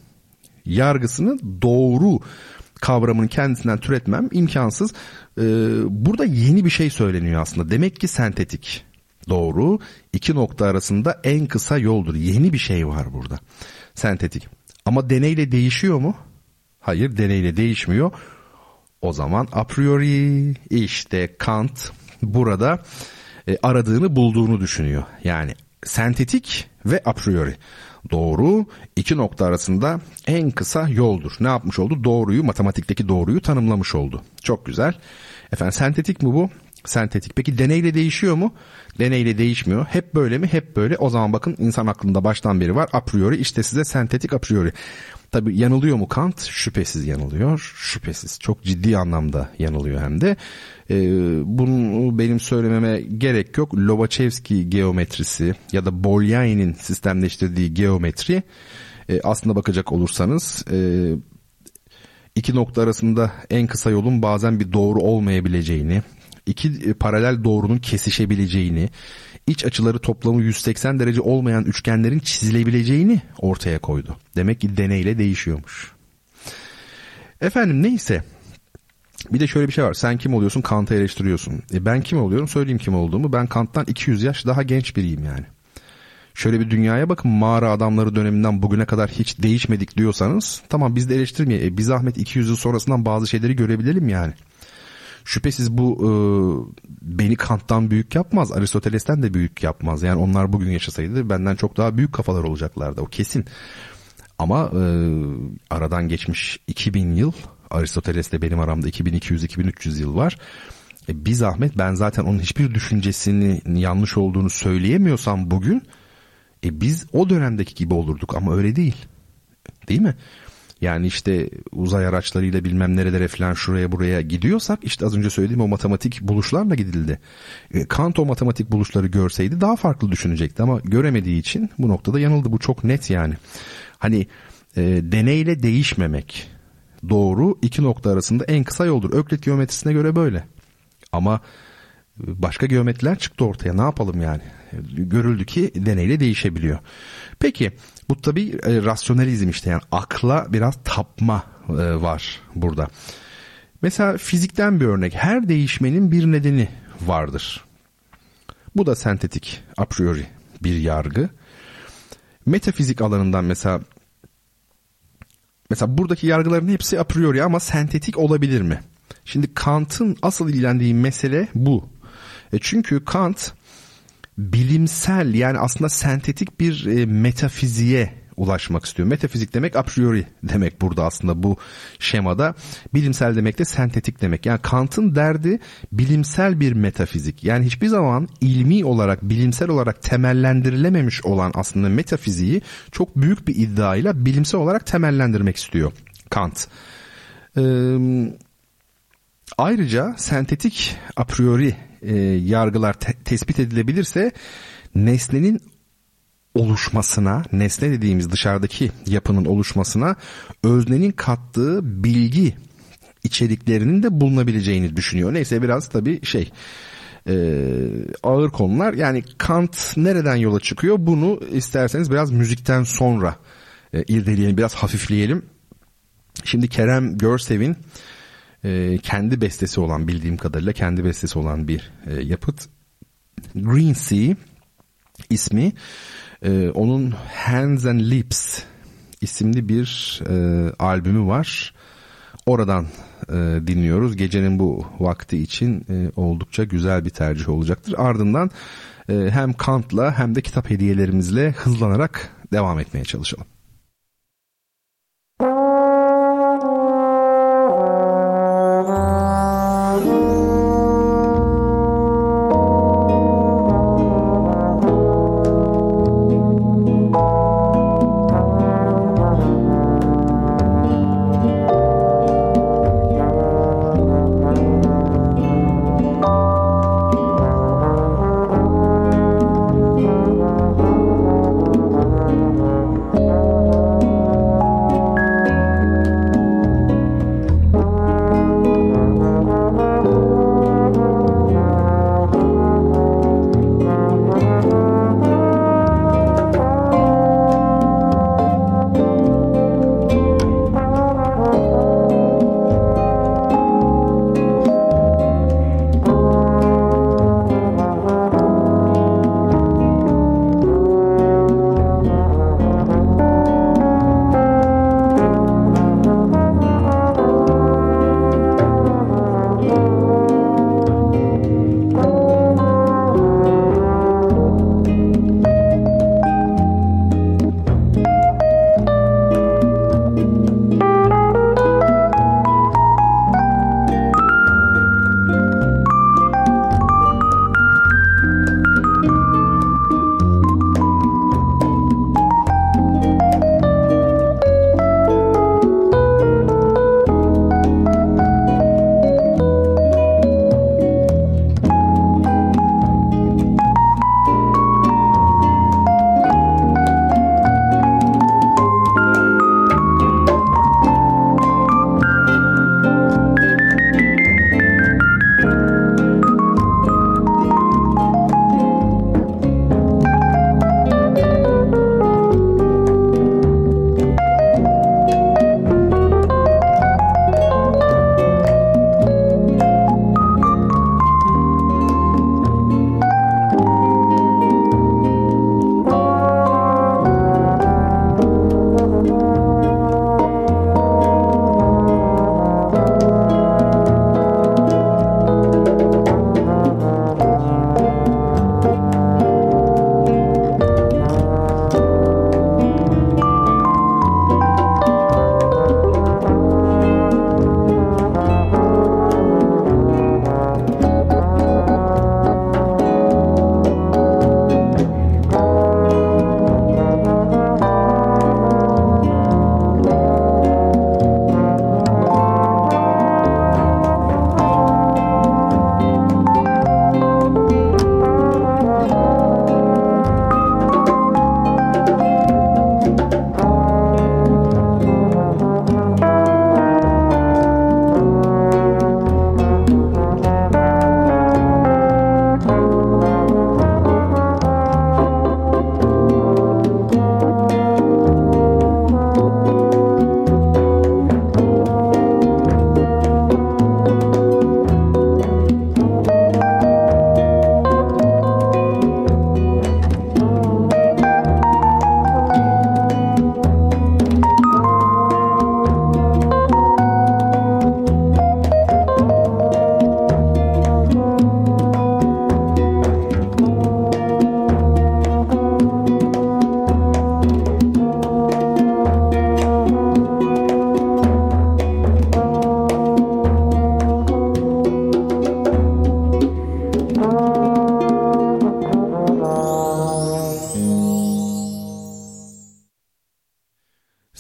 yargısını doğru kavramının kendisinden türetmem imkansız. Ee, burada yeni bir şey söyleniyor aslında. Demek ki sentetik. Doğru iki nokta arasında en kısa yoldur. Yeni bir şey var burada. Sentetik. Ama deneyle değişiyor mu? Hayır, deneyle değişmiyor. O zaman a priori, işte Kant burada e, aradığını bulduğunu düşünüyor. Yani sentetik ve a priori. Doğru iki nokta arasında en kısa yoldur. Ne yapmış oldu? Doğruyu, matematikteki doğruyu tanımlamış oldu. Çok güzel. Efendim sentetik mi bu? Sentetik. Peki deneyle değişiyor mu? Deneyle değişmiyor. Hep böyle mi? Hep böyle. O zaman bakın, insan aklında baştan beri var. A priori, işte size sentetik a priori. Tabii yanılıyor mu Kant? Şüphesiz yanılıyor. Şüphesiz. Çok ciddi anlamda yanılıyor hem de. Ee, bunu benim söylememe gerek yok. Lobachevsky geometrisi ya da Bolyai'nin sistemleştirdiği geometri, e, aslında bakacak olursanız e, iki nokta arasında en kısa yolun bazen bir doğru olmayabileceğini, iki paralel doğrunun kesişebileceğini, iç açıları toplamı yüz seksen derece olmayan üçgenlerin çizilebileceğini ortaya koydu. Demek ki deneyle değişiyormuş. Efendim neyse. Bir de şöyle bir şey var. Sen kim oluyorsun? Kant'ı eleştiriyorsun. E ben kim oluyorum? Söyleyeyim kim olduğumu. Ben Kant'tan iki yüz yaş daha genç biriyim yani. Şöyle bir dünyaya bakın. Mağara adamları döneminden bugüne kadar hiç değişmedik diyorsanız, tamam, biz de eleştirmeyelim. E, bir zahmet iki yüz yıl sonrasından bazı şeyleri görebilelim yani. Şüphesiz bu e, beni Kant'tan büyük yapmaz, Aristoteles'ten de büyük yapmaz. Yani onlar bugün yaşasaydı benden çok daha büyük kafalar olacaklardı, o kesin. Ama e, aradan geçmiş iki bin yıl, Aristoteles'le benim aramda iki bin iki yüz iki bin üç yüz yıl var. E, bir zahmet ben zaten onun hiçbir düşüncesinin yanlış olduğunu söyleyemiyorsam bugün, e, biz o dönemdeki gibi olurduk ama öyle değil. Değil mi? Yani işte uzay araçlarıyla bilmem nerelere falan, şuraya buraya gidiyorsak işte az önce söylediğim o matematik buluşlarla gidildi. E, Kant o matematik buluşları görseydi daha farklı düşünecekti ama göremediği için bu noktada yanıldı. Bu çok net yani. Hani e, deneyle değişmemek doğru iki nokta arasında en kısa yoldur. Öklit geometrisine göre böyle. Ama başka geometriler çıktı ortaya. Ne yapalım yani? Görüldü ki deneyle değişebiliyor. Peki bu tabii e, rasyonalizm işte, yani akla biraz tapma e, var burada. Mesela fizikten bir örnek. Her değişmenin bir nedeni vardır. Bu da sentetik a priori bir yargı. Metafizik alanından mesela mesela buradaki yargıların hepsi a priori ama sentetik olabilir mi? Şimdi Kant'ın asıl ilgilendiği mesele bu. E çünkü Kant bilimsel, yani aslında sentetik bir e, metafiziğe ulaşmak istiyor. Metafizik demek a priori demek burada aslında bu şemada. Bilimsel demek de sentetik demek. Yani Kant'ın derdi bilimsel bir metafizik. Yani hiçbir zaman ilmi olarak, bilimsel olarak temellendirilememiş olan aslında metafiziği çok büyük bir iddiayla bilimsel olarak temellendirmek istiyor Kant. Eee Ayrıca sentetik a priori e, yargılar te- tespit edilebilirse nesnenin oluşmasına, nesne dediğimiz dışarıdaki yapının oluşmasına öznenin kattığı bilgi içeriklerinin de bulunabileceğini düşünüyor. Neyse biraz tabii şey e, ağır konular. Yani Kant nereden yola çıkıyor? Bunu isterseniz biraz müzikten sonra e, irdeleyelim, biraz hafifleyelim. Şimdi Kerem Görsev'in E, kendi bestesi olan, bildiğim kadarıyla kendi bestesi olan bir e, yapıt. Green Sea ismi. E, onun Hands and Lips isimli bir e, albümü var. Oradan e, dinliyoruz. Gecenin bu vakti için e, oldukça güzel bir tercih olacaktır. Ardından e, hem Kant'la hem de kitap hediyelerimizle hızlanarak devam etmeye çalışalım. Thank you.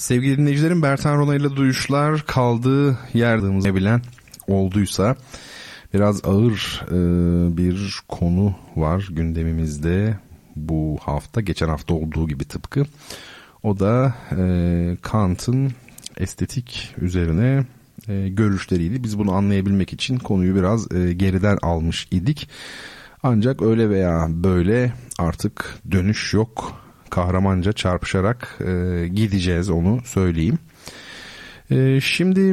Sevgili dinleyicilerim, Bertan Rona ile Duyuşlar kaldığı yerde bilen olduysa biraz ağır e, bir konu var gündemimizde bu hafta, geçen hafta olduğu gibi tıpkı. O da e, Kant'ın estetik üzerine e, görüşleriydi. Biz bunu anlayabilmek için konuyu biraz e, geriden almış idik. Ancak öyle veya böyle artık dönüş yok. Kahramanca çarpışarak e, gideceğiz, onu söyleyeyim. E, şimdi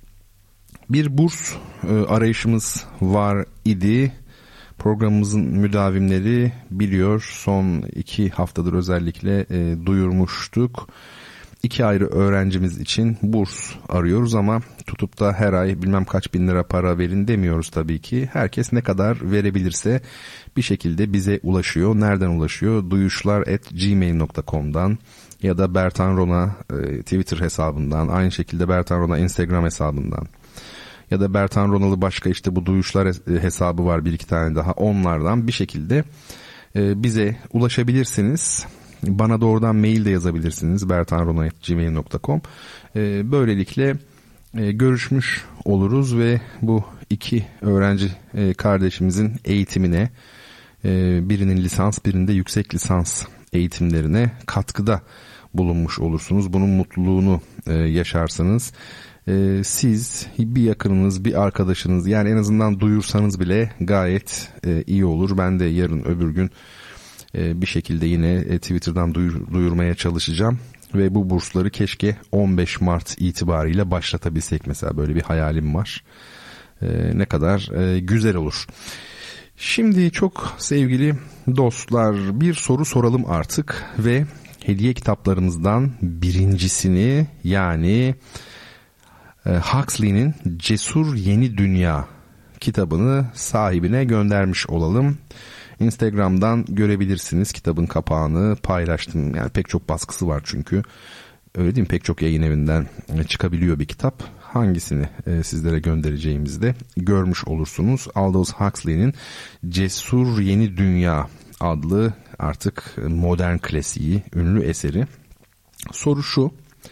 bir burs e, arayışımız var idi. Programımızın müdavimleri biliyor, son iki haftadır özellikle e, duyurmuştuk. İki ayrı öğrencimiz için burs arıyoruz ama tutup da her ay bilmem kaç bin lira para verin demiyoruz tabii ki. Herkes ne kadar verebilirse bir şekilde bize ulaşıyor. Nereden ulaşıyor? duyuşlar at gmail nokta com'dan ya da Bertan Rona e, Twitter hesabından, aynı şekilde Bertan Rona Instagram hesabından ya da Bertan Ronalı başka işte bu duyuşlar hesabı var, bir iki tane daha, onlardan bir şekilde e, bize ulaşabilirsiniz. Bana doğrudan mail de yazabilirsiniz bertan rona at gmail nokta com. E, böylelikle e, görüşmüş oluruz ve bu iki öğrenci e, kardeşimizin eğitimine, e, birinin lisans birinde yüksek lisans eğitimlerine katkıda bulunmuş olursunuz. Bunun mutluluğunu e, yaşarsınız. E, siz, bir yakınınız, bir arkadaşınız, yani en azından duyursanız bile gayet e, iyi olur. Ben de yarın öbür gün bir şekilde yine Twitter'dan duyur, duyurmaya çalışacağım ve bu bursları keşke on beş Mart itibariyle başlatabilsek, mesela böyle bir hayalim var. Ee, ne kadar e, güzel olur. Şimdi çok sevgili dostlar, bir soru soralım artık ve hediye kitaplarımızdan birincisini, yani e, Huxley'nin Cesur Yeni Dünya kitabını sahibine göndermiş olalım. Instagram'dan görebilirsiniz, kitabın kapağını paylaştım. Yani pek çok baskısı var çünkü. Öyle değil mi? Pek çok yayın evinden çıkabiliyor bir kitap. Hangisini e, sizlere göndereceğimizi de görmüş olursunuz. Aldous Huxley'nin Cesur Yeni Dünya adlı artık modern klasiği, ünlü eseri. Soru şu: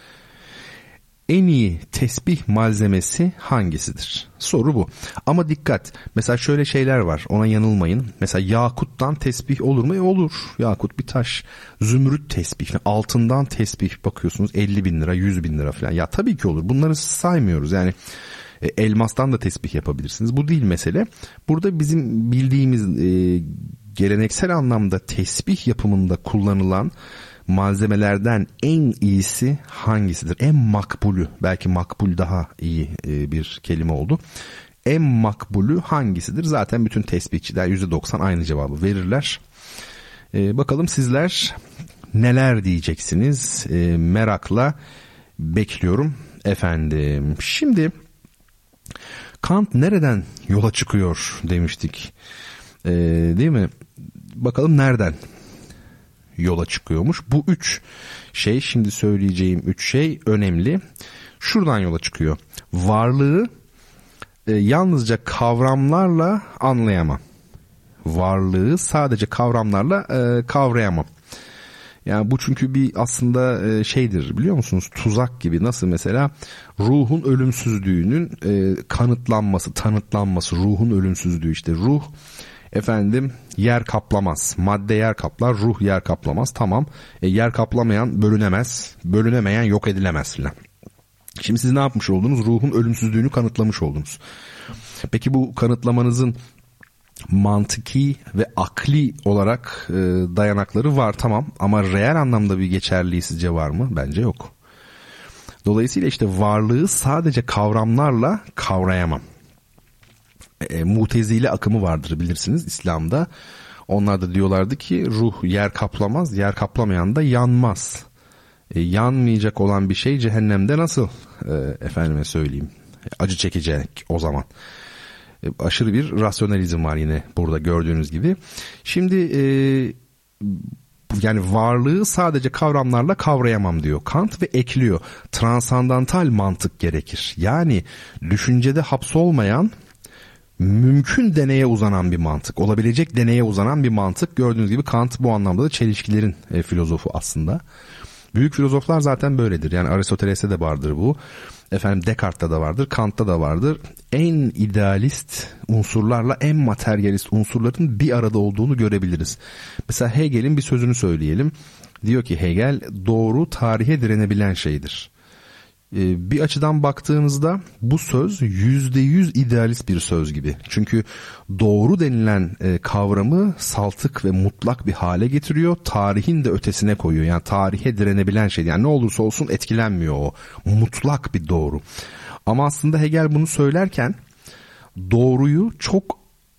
en iyi tesbih malzemesi hangisidir? Soru bu. Ama dikkat, mesela şöyle şeyler var, ona yanılmayın. Mesela yakuttan tesbih olur mu? E olur. Yakut bir taş. Zümrüt tesbih, altından tesbih bakıyorsunuz elli bin lira, yüz bin lira falan. Ya tabii ki olur. Bunları saymıyoruz. Yani e, elmastan da tesbih yapabilirsiniz. Bu değil mesele. Burada bizim bildiğimiz e, geleneksel anlamda tesbih yapımında kullanılan malzemelerden en iyisi hangisidir? En makbulü, belki makbul daha iyi bir kelime oldu. En makbulü hangisidir? Zaten bütün tesbihçiler yüzde doksan aynı cevabı verirler. Ee, bakalım sizler neler diyeceksiniz? Ee, merakla bekliyorum efendim. Şimdi Kant nereden yola çıkıyor demiştik. Ee, değil mi? Bakalım nereden yola çıkıyormuş. Bu üç şey, şimdi söyleyeceğim üç şey önemli. Şuradan yola çıkıyor. Varlığı e, yalnızca kavramlarla anlayamam. Varlığı sadece kavramlarla e, kavrayamam. Yani bu çünkü bir aslında e, şeydir, biliyor musunuz? Tuzak gibi. Nasıl mesela ruhun ölümsüzlüğünün e, kanıtlanması, tanıtlanması, ruhun ölümsüzlüğü, işte ruh efendim yer kaplamaz. Madde yer kaplar, ruh yer kaplamaz. Tamam. E, yer kaplamayan bölünemez. Bölünemeyen yok edilemez filan. Şimdi siz ne yapmış oldunuz? Ruhun ölümsüzlüğünü kanıtlamış oldunuz. Peki bu kanıtlamanızın mantıki ve akli olarak e, dayanakları var, tamam, ama reel anlamda bir geçerliliği sizce var mı? Bence yok. Dolayısıyla işte varlığı sadece kavramlarla kavrayamam. E, Mutezile akımı vardır, bilirsiniz, İslam'da. Onlar da diyorlardı ki ruh yer kaplamaz, yer kaplamayan da yanmaz. E, yanmayacak olan bir şey cehennemde nasıl e, efendime söyleyeyim acı çekecek o zaman. E, aşırı bir rasyonalizm var yine burada gördüğünüz gibi. Şimdi e, yani varlığı sadece kavramlarla kavrayamam diyor Kant ve ekliyor. Transandantal mantık gerekir. Yani düşüncede hapsolmayan, mümkün deneye uzanan bir mantık, olabilecek deneye uzanan bir mantık. Gördüğünüz gibi Kant bu anlamda da çelişkilerin e, filozofu aslında. Büyük filozoflar zaten böyledir. Yani Aristoteles'te de vardır bu. Efendim Descartes'te de vardır, Kant'ta da vardır. En idealist unsurlarla en materyalist unsurların bir arada olduğunu görebiliriz. Mesela Hegel'in bir sözünü söyleyelim. Diyor ki Hegel, doğru tarihe direnebilen şeydir. Bir açıdan baktığınızda bu söz yüzde yüz idealist bir söz gibi. Çünkü doğru denilen kavramı saltık ve mutlak bir hale getiriyor. Tarihin de ötesine koyuyor. Yani tarihe direnebilen şey. Yani ne olursa olsun etkilenmiyor o. Mutlak bir doğru. Ama aslında Hegel bunu söylerken doğruyu çok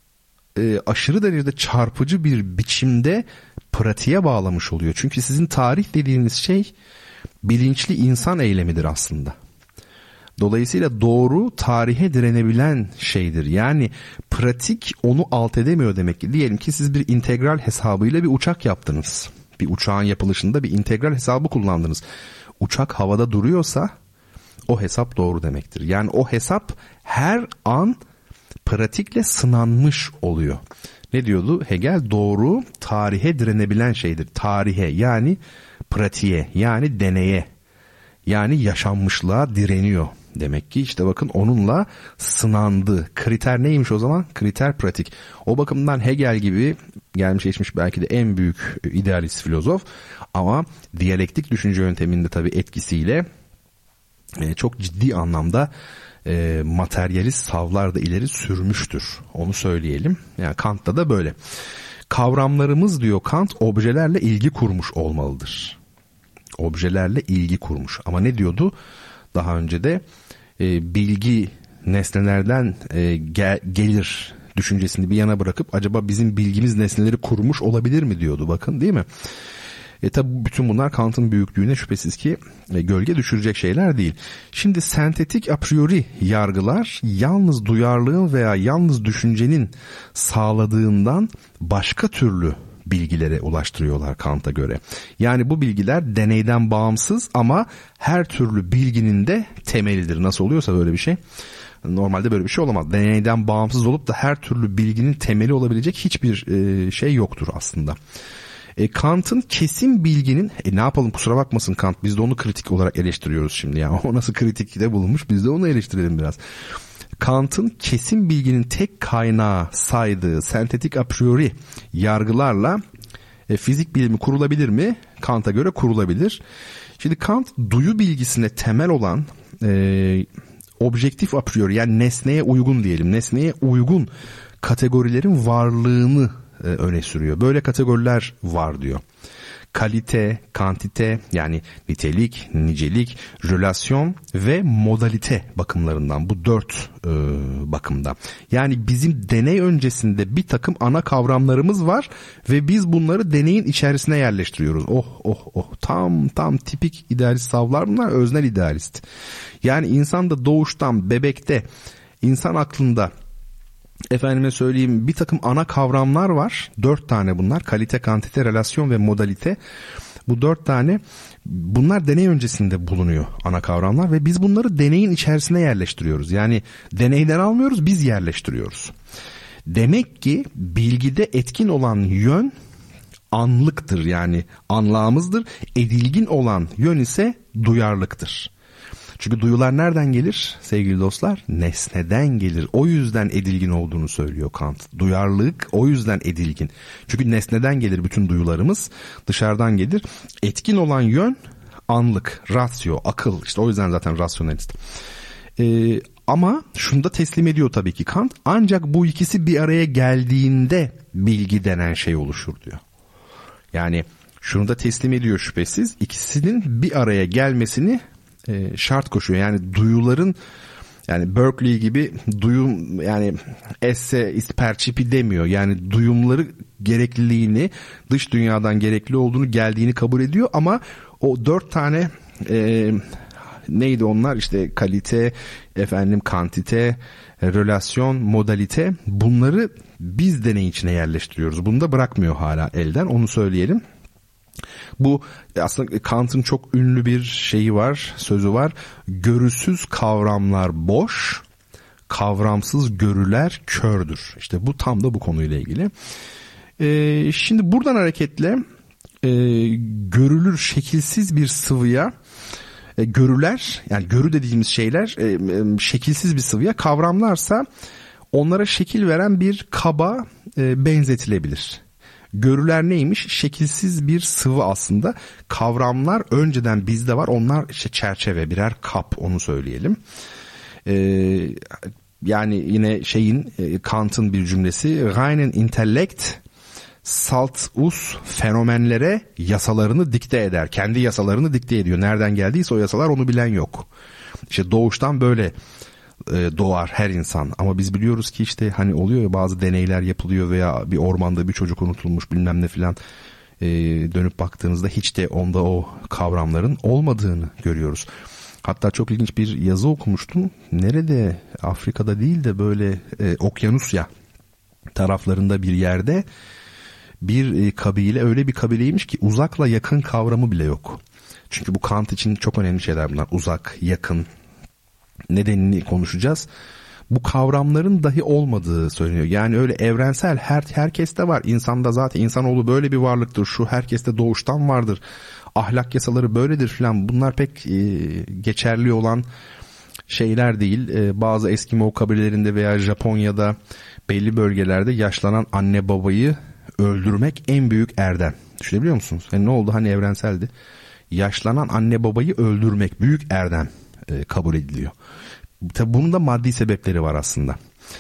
e, aşırı derecede çarpıcı bir biçimde pratiğe bağlamış oluyor. Çünkü sizin tarih dediğiniz şey bilinçli insan eylemidir aslında. Dolayısıyla doğru tarihe direnebilen şeydir. Yani pratik onu alt edemiyor demek ki. Diyelim ki siz bir integral hesabıyla bir uçak yaptınız. Bir uçağın yapılışında bir integral hesabı kullandınız. Uçak havada duruyorsa o hesap doğru demektir. Yani o hesap her an pratikle sınanmış oluyor. Ne diyordu Hegel? Doğru tarihe direnebilen şeydir. Tarihe yani pratiğe yani deneye yani yaşanmışlığa direniyor. Demek ki işte bakın onunla sınandı. Kriter neymiş o zaman? Kriter pratik. O bakımdan Hegel gibi gelmiş geçmiş belki de en büyük idealist filozof ama diyalektik düşünce yönteminde tabii etkisiyle e, çok ciddi anlamda e, materyalist savlar da ileri sürmüştür. Onu söyleyelim. Yani Kant'ta da böyle. Kavramlarımız diyor Kant objelerle ilgi kurmuş olmalıdır. Objelerle ilgi kurmuş. Ama ne diyordu? Daha önce de e, bilgi nesnelerden e, gel, gelir düşüncesini bir yana bırakıp acaba bizim bilgimiz nesneleri kurmuş olabilir mi diyordu. Bakın değil mi? E tabi bütün bunlar Kant'ın büyüklüğüne şüphesiz ki e, gölge düşürecek şeyler değil. Şimdi sentetik a priori yargılar yalnız duyarlılığın veya yalnız düşüncenin sağladığından başka türlü bilgilere ulaştırıyorlar Kant'a göre. Yani bu bilgiler deneyden bağımsız ama her türlü bilginin de temelidir. Nasıl oluyorsa böyle bir şey. Normalde böyle bir şey olamaz. Deneyden bağımsız olup da her türlü bilginin temeli olabilecek hiçbir e, şey yoktur aslında. E, Kant'ın kesin bilginin e, ne yapalım kusura bakmasın Kant biz de onu kritik olarak eleştiriyoruz şimdi ya. O nasıl kritikte bulunmuş biz de onu eleştirelim biraz. Kant'ın kesin bilginin tek kaynağı saydığı sentetik a priori yargılarla e, fizik bilimi kurulabilir mi? Kant'a göre kurulabilir. Şimdi Kant duyu bilgisine temel olan e, objektif a priori yani nesneye uygun diyelim. Nesneye uygun kategorilerin varlığını e, öne sürüyor. Böyle kategoriler var diyor. Kalite, kantite yani nitelik, nicelik, relasyon ve modalite bakımlarından bu dört e, bakımda. Yani bizim deney öncesinde bir takım ana kavramlarımız var ve biz bunları deneyin içerisine yerleştiriyoruz. Oh oh oh tam tam tipik idealist savlar bunlar öznel idealist. Yani insan da doğuştan bebekte insan aklında efendime söyleyeyim bir takım ana kavramlar var. Dört tane bunlar. Kalite, kantite, relasyon ve modalite. Bu dört tane bunlar deney öncesinde bulunuyor ana kavramlar ve biz bunları deneyin içerisine yerleştiriyoruz. Yani deneyden almıyoruz biz yerleştiriyoruz. Demek ki bilgide etkin olan yön anlıktır yani anlağımızdır. Edilgin olan yön ise duyarlılıktır. Çünkü duyular nereden gelir sevgili dostlar? Nesneden gelir. O yüzden edilgin olduğunu söylüyor Kant. Duyarlılık o yüzden edilgin. Çünkü nesneden gelir bütün duyularımız. Dışarıdan gelir. Etkin olan yön anlık, rasyo, akıl. İşte o yüzden zaten rasyonalist. Ee, ama şunu da teslim ediyor tabii ki Kant. Ancak bu ikisi bir araya geldiğinde bilgi denen şey oluşur diyor. Yani şunu da teslim ediyor şüphesiz. İkisinin bir araya gelmesini E, şart koşuyor. Yani duyuların yani Berkeley gibi duyum yani esse is percipi demiyor. Yani duyumları gerekliliğini dış dünyadan gerekli olduğunu geldiğini kabul ediyor ama o dört tane e, neydi onlar işte kalite efendim kantite relasyon modalite bunları biz deney içine yerleştiriyoruz. Bunu da bırakmıyor hala elden onu söyleyelim. Bu aslında Kant'ın çok ünlü bir şeyi var, sözü var. Görüsüz kavramlar boş, kavramsız görüler kördür. İşte bu tam da bu konuyla ilgili. Ee, şimdi buradan hareketle e, görülür şekilsiz bir sıvıya, e, görüler yani görü dediğimiz şeyler e, e, şekilsiz bir sıvıya, kavramlarsa onlara şekil veren bir kaba e, benzetilebilir. Görüler neymiş? Şekilsiz bir sıvı aslında. Kavramlar önceden bizde var. Onlar işte çerçeve, birer kap, onu söyleyelim. Ee, yani yine şeyin, Kant'ın bir cümlesi, reinen Intellekt salt us fenomenlere yasalarını dikte eder. Kendi yasalarını dikte ediyor. Nereden geldiyse o yasalar, onu bilen yok. İşte doğuştan böyle doğar her insan, ama biz biliyoruz ki işte hani oluyor ya, bazı deneyler yapılıyor veya bir ormanda bir çocuk unutulmuş bilmem ne filan, ee, dönüp baktığınızda hiç de onda o kavramların olmadığını görüyoruz. Hatta çok ilginç bir yazı okumuştum. Nerede? Afrika'da değil de böyle e, Okyanusya taraflarında bir yerde bir e, kabile, öyle bir kabileymiş ki uzakla yakın kavramı bile yok. Çünkü bu Kant için çok önemli şeyler bunlar. Uzak, yakın. Nedenini konuşacağız. Bu kavramların dahi olmadığı söyleniyor. Yani öyle evrensel, her herkeste var. İnsanda zaten, insanoğlu böyle bir varlıktır. Şu herkeste doğuştan vardır. Ahlak yasaları böyledir filan. Bunlar pek e, geçerli olan şeyler değil. E, bazı Eskimo kabilelerinde veya Japonya'da belli bölgelerde yaşlanan anne babayı öldürmek en büyük erdem. Düşünebiliyor musunuz? Yani ne oldu? Hani evrenseldi. Yaşlanan anne babayı öldürmek büyük erdem e, kabul ediliyor. Tabii bunun da maddi sebepleri var aslında.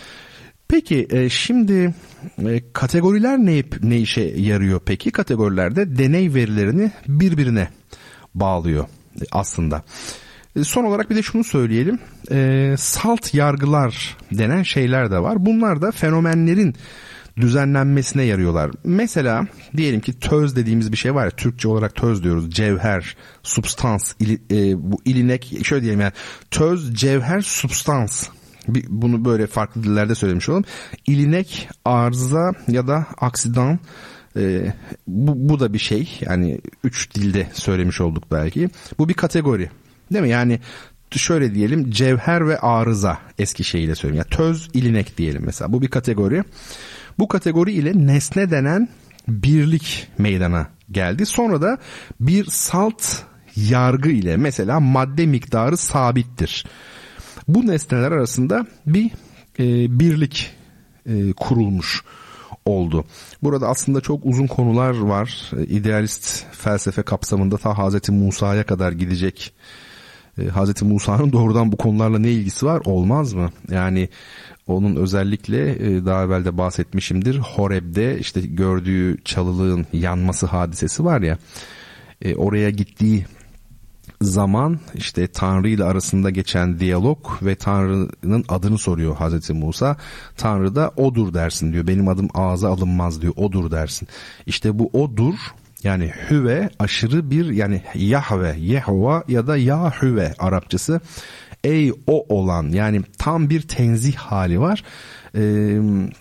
Peki e, şimdi e, kategoriler ne, ne işe yarıyor peki? Kategorilerde deney verilerini birbirine bağlıyor e, aslında. E, son olarak bir de şunu söyleyelim. E, salt yargılar denen şeyler de var. Bunlar da fenomenlerin düzenlenmesine yarıyorlar. Mesela diyelim ki töz dediğimiz bir şey var ya, Türkçe olarak töz diyoruz. Cevher, substans, ili, e, bu ilinek, şöyle diyelim yani, töz, cevher, substans. Bir, bunu böyle farklı dillerde söylemiş olalım. İlinek, arıza ya da aksidan, e, bu, bu da bir şey. Yani üç dilde söylemiş olduk belki. Bu bir kategori. Değil mi? Yani şöyle diyelim, cevher ve arıza eski şeyiyle söyleyeyim. Yani töz, ilinek diyelim mesela. Bu bir kategori. Bu kategori ile nesne denen birlik meydana geldi. Sonra da bir salt yargı ile, mesela madde miktarı sabittir. Bu nesneler arasında bir e, birlik e, kurulmuş oldu. Burada aslında çok uzun konular var. E, idealist felsefe kapsamında ta Hazreti Musa'ya kadar gidecek. E, Hazreti Musa'nın doğrudan bu konularla ne ilgisi var? Olmaz mı? Yani onun özellikle e, daha evvel de bahsetmişimdir. Horeb'de işte gördüğü çalılığın yanması hadisesi var ya. E, oraya gittiği zaman işte Tanrı ile arasında geçen diyalog ve Tanrı'nın adını soruyor Hazreti Musa. Tanrı da odur dersin diyor. Benim adım ağza alınmaz diyor. Odur dersin. İşte bu odur, yani hüve aşırı bir, yani Yahve, Yehova ya da Yahüve Arapçası. Ey o olan, yani tam bir tenzih hali var. Ee,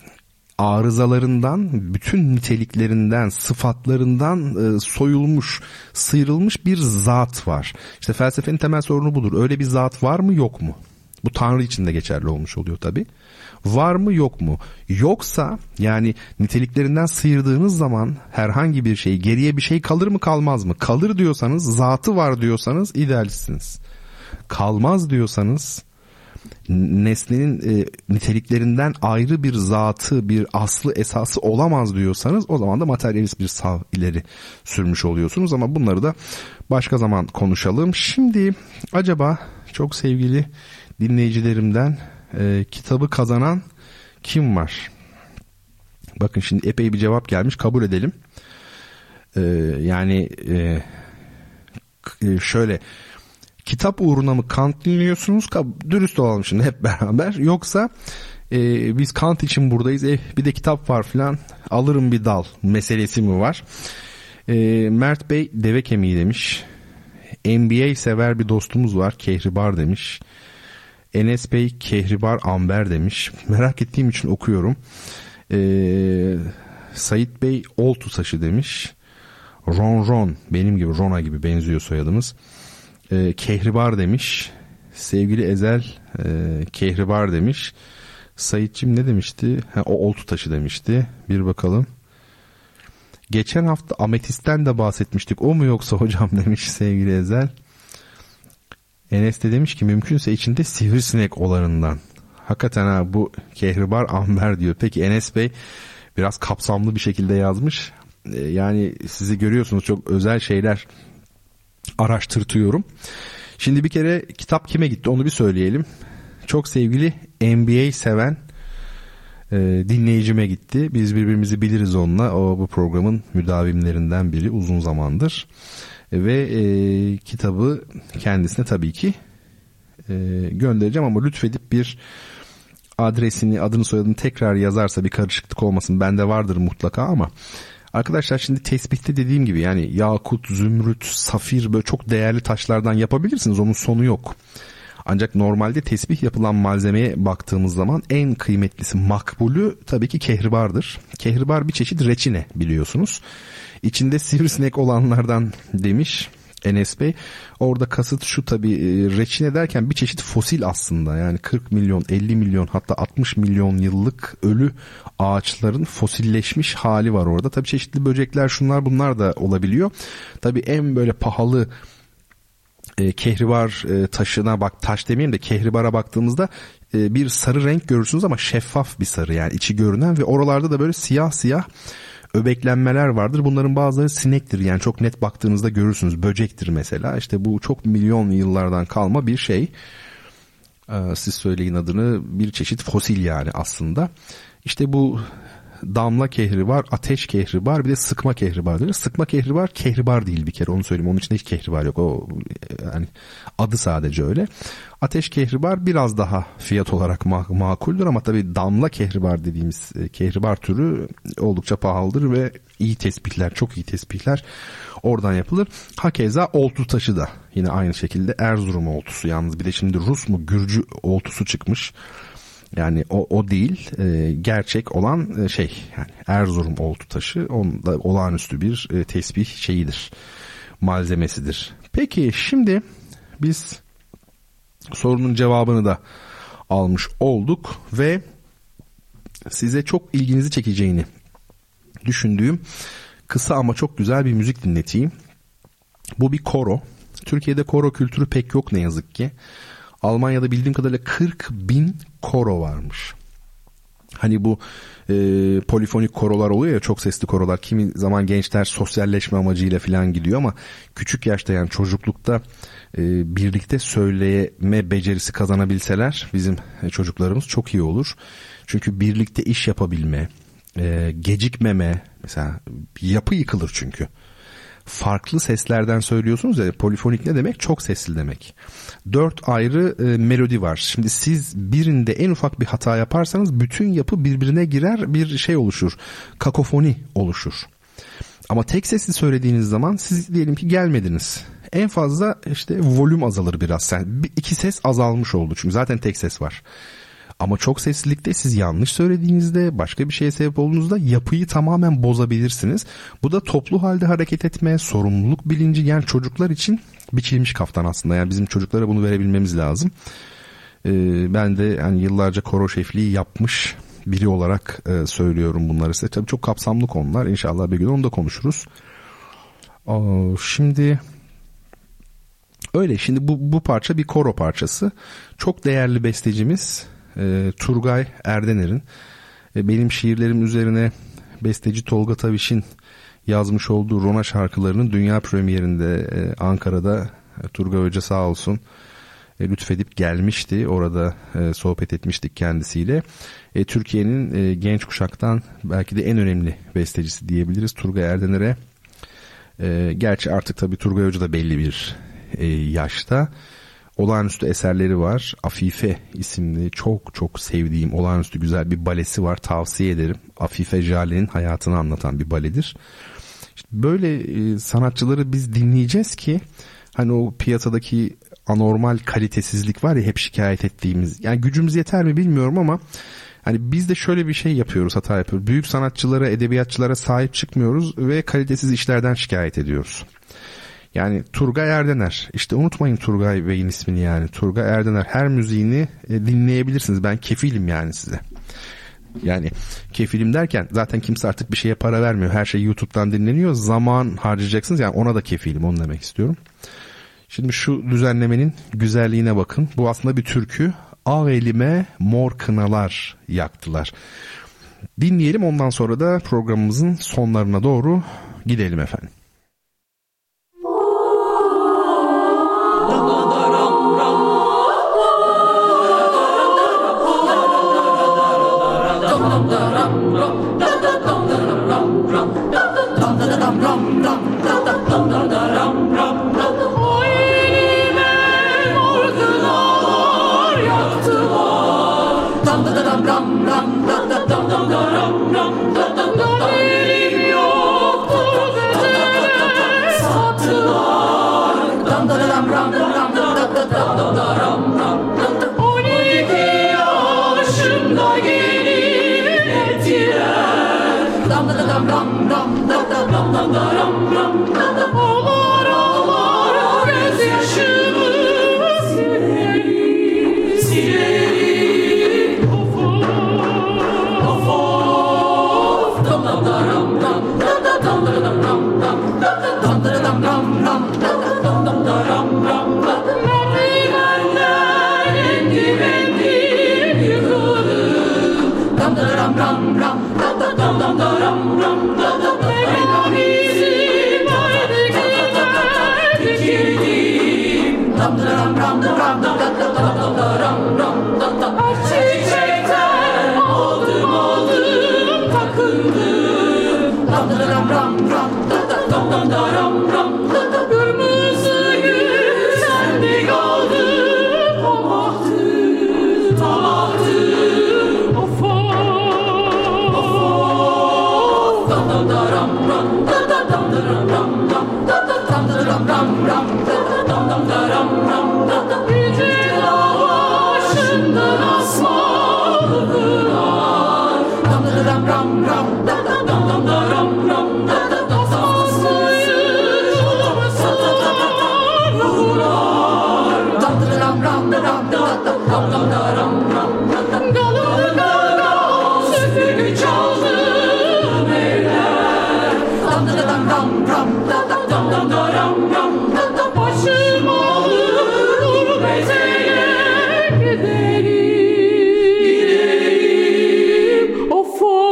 arızalarından, bütün niteliklerinden, sıfatlarından e, soyulmuş, sıyrılmış bir zat var. İşte felsefenin temel sorunu budur. Öyle bir zat var mı, yok mu? Bu Tanrı için de geçerli olmuş oluyor tabii. Var mı, yok mu? Yoksa, yani niteliklerinden sıyırdığınız zaman herhangi bir şey, geriye bir şey kalır mı, kalmaz mı? Kalır diyorsanız, zatı var diyorsanız idealistsiniz. Kalmaz diyorsanız, nesnenin e, niteliklerinden ayrı bir zatı, bir aslı, esası olamaz diyorsanız, o zaman da materyalist bir sav ileri sürmüş oluyorsunuz. Ama bunları da başka zaman konuşalım. Şimdi acaba çok sevgili dinleyicilerimden e, kitabı kazanan kim var? Bakın şimdi epey bir cevap gelmiş, kabul edelim. E, yani e, şöyle, kitap uğruna mı Kant dinliyorsunuz? Dürüst olalım şimdi hep beraber. Yoksa e, biz Kant için buradayız. E, bir de kitap var filan, alırım bir dal meselesi mi var? E, Mert Bey deve kemiği demiş. N B A sever bir dostumuz var, Kehribar demiş. Enes Bey Kehribar Amber demiş. Merak ettiğim için okuyorum. E, Sait Bey Oltu saçı demiş. Ron Ron, benim gibi, Rona gibi benziyor soyadımız. E, Kehribar demiş. Sevgili Ezel e, Kehribar demiş. Saitçim ne demişti? Ha, o oltu taşı demişti. Bir bakalım. Geçen hafta Ametist'ten de bahsetmiştik. O mu yoksa hocam demiş sevgili Ezel. Enes de demiş ki mümkünse içinde sivrisinek olanından. Hakikaten ha, bu kehribar amber diyor. Peki Enes Bey biraz kapsamlı bir şekilde yazmış. Ee, yani sizi görüyorsunuz, çok özel şeyler araştırtıyorum. Şimdi bir kere kitap kime gitti onu bir söyleyelim. Çok sevgili N B A seven e, dinleyicime gitti. Biz birbirimizi biliriz onunla. O bu programın müdavimlerinden biri uzun zamandır. E, ve e, kitabı kendisine tabii ki e, göndereceğim ama lütfedip bir adresini, adını, soyadını tekrar yazarsa bir karışıklık olmasın. Bende vardır mutlaka ama arkadaşlar şimdi tesbihte dediğim gibi yani yakut, zümrüt, safir böyle çok değerli taşlardan yapabilirsiniz. Onun sonu yok. Ancak normalde tesbih yapılan malzemeye baktığımız zaman en kıymetlisi, makbulü tabii ki kehribardır. Kehribar bir çeşit reçine biliyorsunuz. İçinde sivrisinek olanlardan demiş Enes Bey. Orada kasıt şu tabii, reçine derken bir çeşit fosil aslında. Yani kırk milyon, elli milyon hatta altmış milyon yıllık ölü ağaçların fosilleşmiş hali var orada. Tabii çeşitli böcekler, şunlar bunlar da olabiliyor. Tabii en böyle pahalı e, kehribar e, taşına bak, taş demeyeyim de kehribara baktığımızda e, bir sarı renk görürsünüz ama şeffaf bir sarı, yani içi görünen ve oralarda da böyle siyah siyah öbeklenmeler vardır. Bunların bazıları sinektir. Yani çok net baktığınızda görürsünüz. Böcektir mesela. İşte bu çok milyon yıllardan kalma bir şey. Ee, siz söyleyin adını. Bir çeşit fosil yani aslında. İşte bu damla kehribar, ateş kehribar, bir de sıkma kehribar diyor. Sıkma kehribar kehribar değil bir kere, onu söyleyeyim. Onun içinde hiç kehribar yok. O yani adı sadece öyle. Ateş kehribar biraz daha fiyat olarak makuldür ama tabii damla kehribar dediğimiz kehribar türü oldukça pahalıdır ve iyi tespihler, çok iyi tespihler oradan yapılır. Hakeza oltu taşı da yine aynı şekilde Erzurum oltusu, yalnız bir de şimdi Rus mu Gürcü oltusu çıkmış. Yani o, o değil, e, gerçek olan e, şey yani Erzurum oltu taşı, onda olağanüstü bir e, tesbih şeyidir, malzemesidir. Peki şimdi biz sorunun cevabını da almış olduk ve size çok ilginizi çekeceğini düşündüğüm kısa ama çok güzel bir müzik dinleteyim. Bu bir koro. Türkiye'de koro kültürü pek yok ne yazık ki. Almanya'da bildiğim kadarıyla kırk bin koro varmış. Hani bu e, polifonik korolar oluyor ya, çok sesli korolar. Kimi zaman gençler sosyalleşme amacıyla falan gidiyor ama küçük yaşta, yani çocuklukta e, birlikte söyleme becerisi kazanabilseler bizim çocuklarımız çok iyi olur. Çünkü birlikte iş yapabilme, e, gecikmeme, mesela yapı yıkılır çünkü. Farklı seslerden söylüyorsunuz ya, polifonik ne demek? Çok sesli demek. Dört ayrı e, melodi var. Şimdi siz birinde en ufak bir hata yaparsanız bütün yapı birbirine girer, bir şey oluşur. Kakofoni oluşur. Ama tek sesli söylediğiniz zaman siz diyelim ki gelmediniz. En fazla işte volüm azalır biraz. Yani iki ses azalmış oldu çünkü zaten tek ses var. Ama çok seslilikte siz yanlış söylediğinizde, başka bir şeye sebep olduğunuzda yapıyı tamamen bozabilirsiniz. Bu da toplu halde hareket etme, sorumluluk bilinci, yani çocuklar için biçilmiş kaftan aslında. Yani bizim çocuklara bunu verebilmemiz lazım. Ee, ben de yani yıllarca koro şefliği yapmış biri olarak e, söylüyorum bunları size. Tabii çok kapsamlı konular. İnşallah bir gün onu da konuşuruz. Aa, şimdi öyle. Şimdi bu, bu parça bir koro parçası. Çok değerli bestecimiz E, Turgay Erdener'in e, benim şiirlerim üzerine besteci Tolga Taviş'in yazmış olduğu Rona şarkılarının dünya premierinde e, Ankara'da e, Turgay Hoca sağ olsun e, lütfedip gelmişti. Orada e, sohbet etmiştik kendisiyle. E, Türkiye'nin e, genç kuşaktan belki de en önemli bestecisi diyebiliriz Turgay Erdener'e. E, gerçi artık tabii Turgay Hoca da belli bir e, yaşta. Olağanüstü eserleri var. Afife isimli çok çok sevdiğim olağanüstü güzel bir balesi var. Tavsiye ederim. Afife Jale'nin hayatını anlatan bir baledir. İşte böyle e, sanatçıları biz dinleyeceğiz ki hani o piyasadaki anormal kalitesizlik var ya, hep şikayet ettiğimiz. Yani gücümüz yeter mi bilmiyorum ama hani biz de şöyle bir şey yapıyoruz, hata yapıyoruz. Büyük sanatçılara, edebiyatçılara sahip çıkmıyoruz ve kalitesiz işlerden şikayet ediyoruz. Yani Turgay Erdener, işte unutmayın Turgay Bey'in ismini, yani Turgay Erdener, her müziğini e, dinleyebilirsiniz. Ben kefilim yani size. Yani kefilim derken zaten kimse artık bir şeye para vermiyor. Her şey YouTube'dan dinleniyor. Zaman harcayacaksınız. Yani ona da kefilim, onu demek istiyorum. Şimdi şu düzenlemenin güzelliğine bakın. Bu aslında bir türkü. Ağ elime mor kınalar yaktılar. Dinleyelim, ondan sonra da programımızın sonlarına doğru gidelim efendim. Ağlar ağlar gözyaşımı silerim, silerim. Of of of. Dam dam daram dam dam dam dam dam dam dam dam dam dam dam dam daram dam dam. Merdivenden endim endim yıkıldım. Dam daram dam dam dam dam dam daram dam. Çiçekten aldım aldım takıldım. Kırmızı gül sende kaldı. Tamahtı tamahtı. Of of of. Dam dam daram ram dam dam dam daram ram dam dam dam daram ram ram dam dam daram ram dam. Yüce dağ başından asmalı kınar. Dam dam ram ram dam dam dam daram ram dam. Asmansız satar ruhlar. Dam dam ram ram dam dam dam daram ram dam. Galır galır süpürge çaldım eller. Dam dam ram ram dam dam dam daram ram dam. Başım alır gurbeteye giderim, giderim. Of of.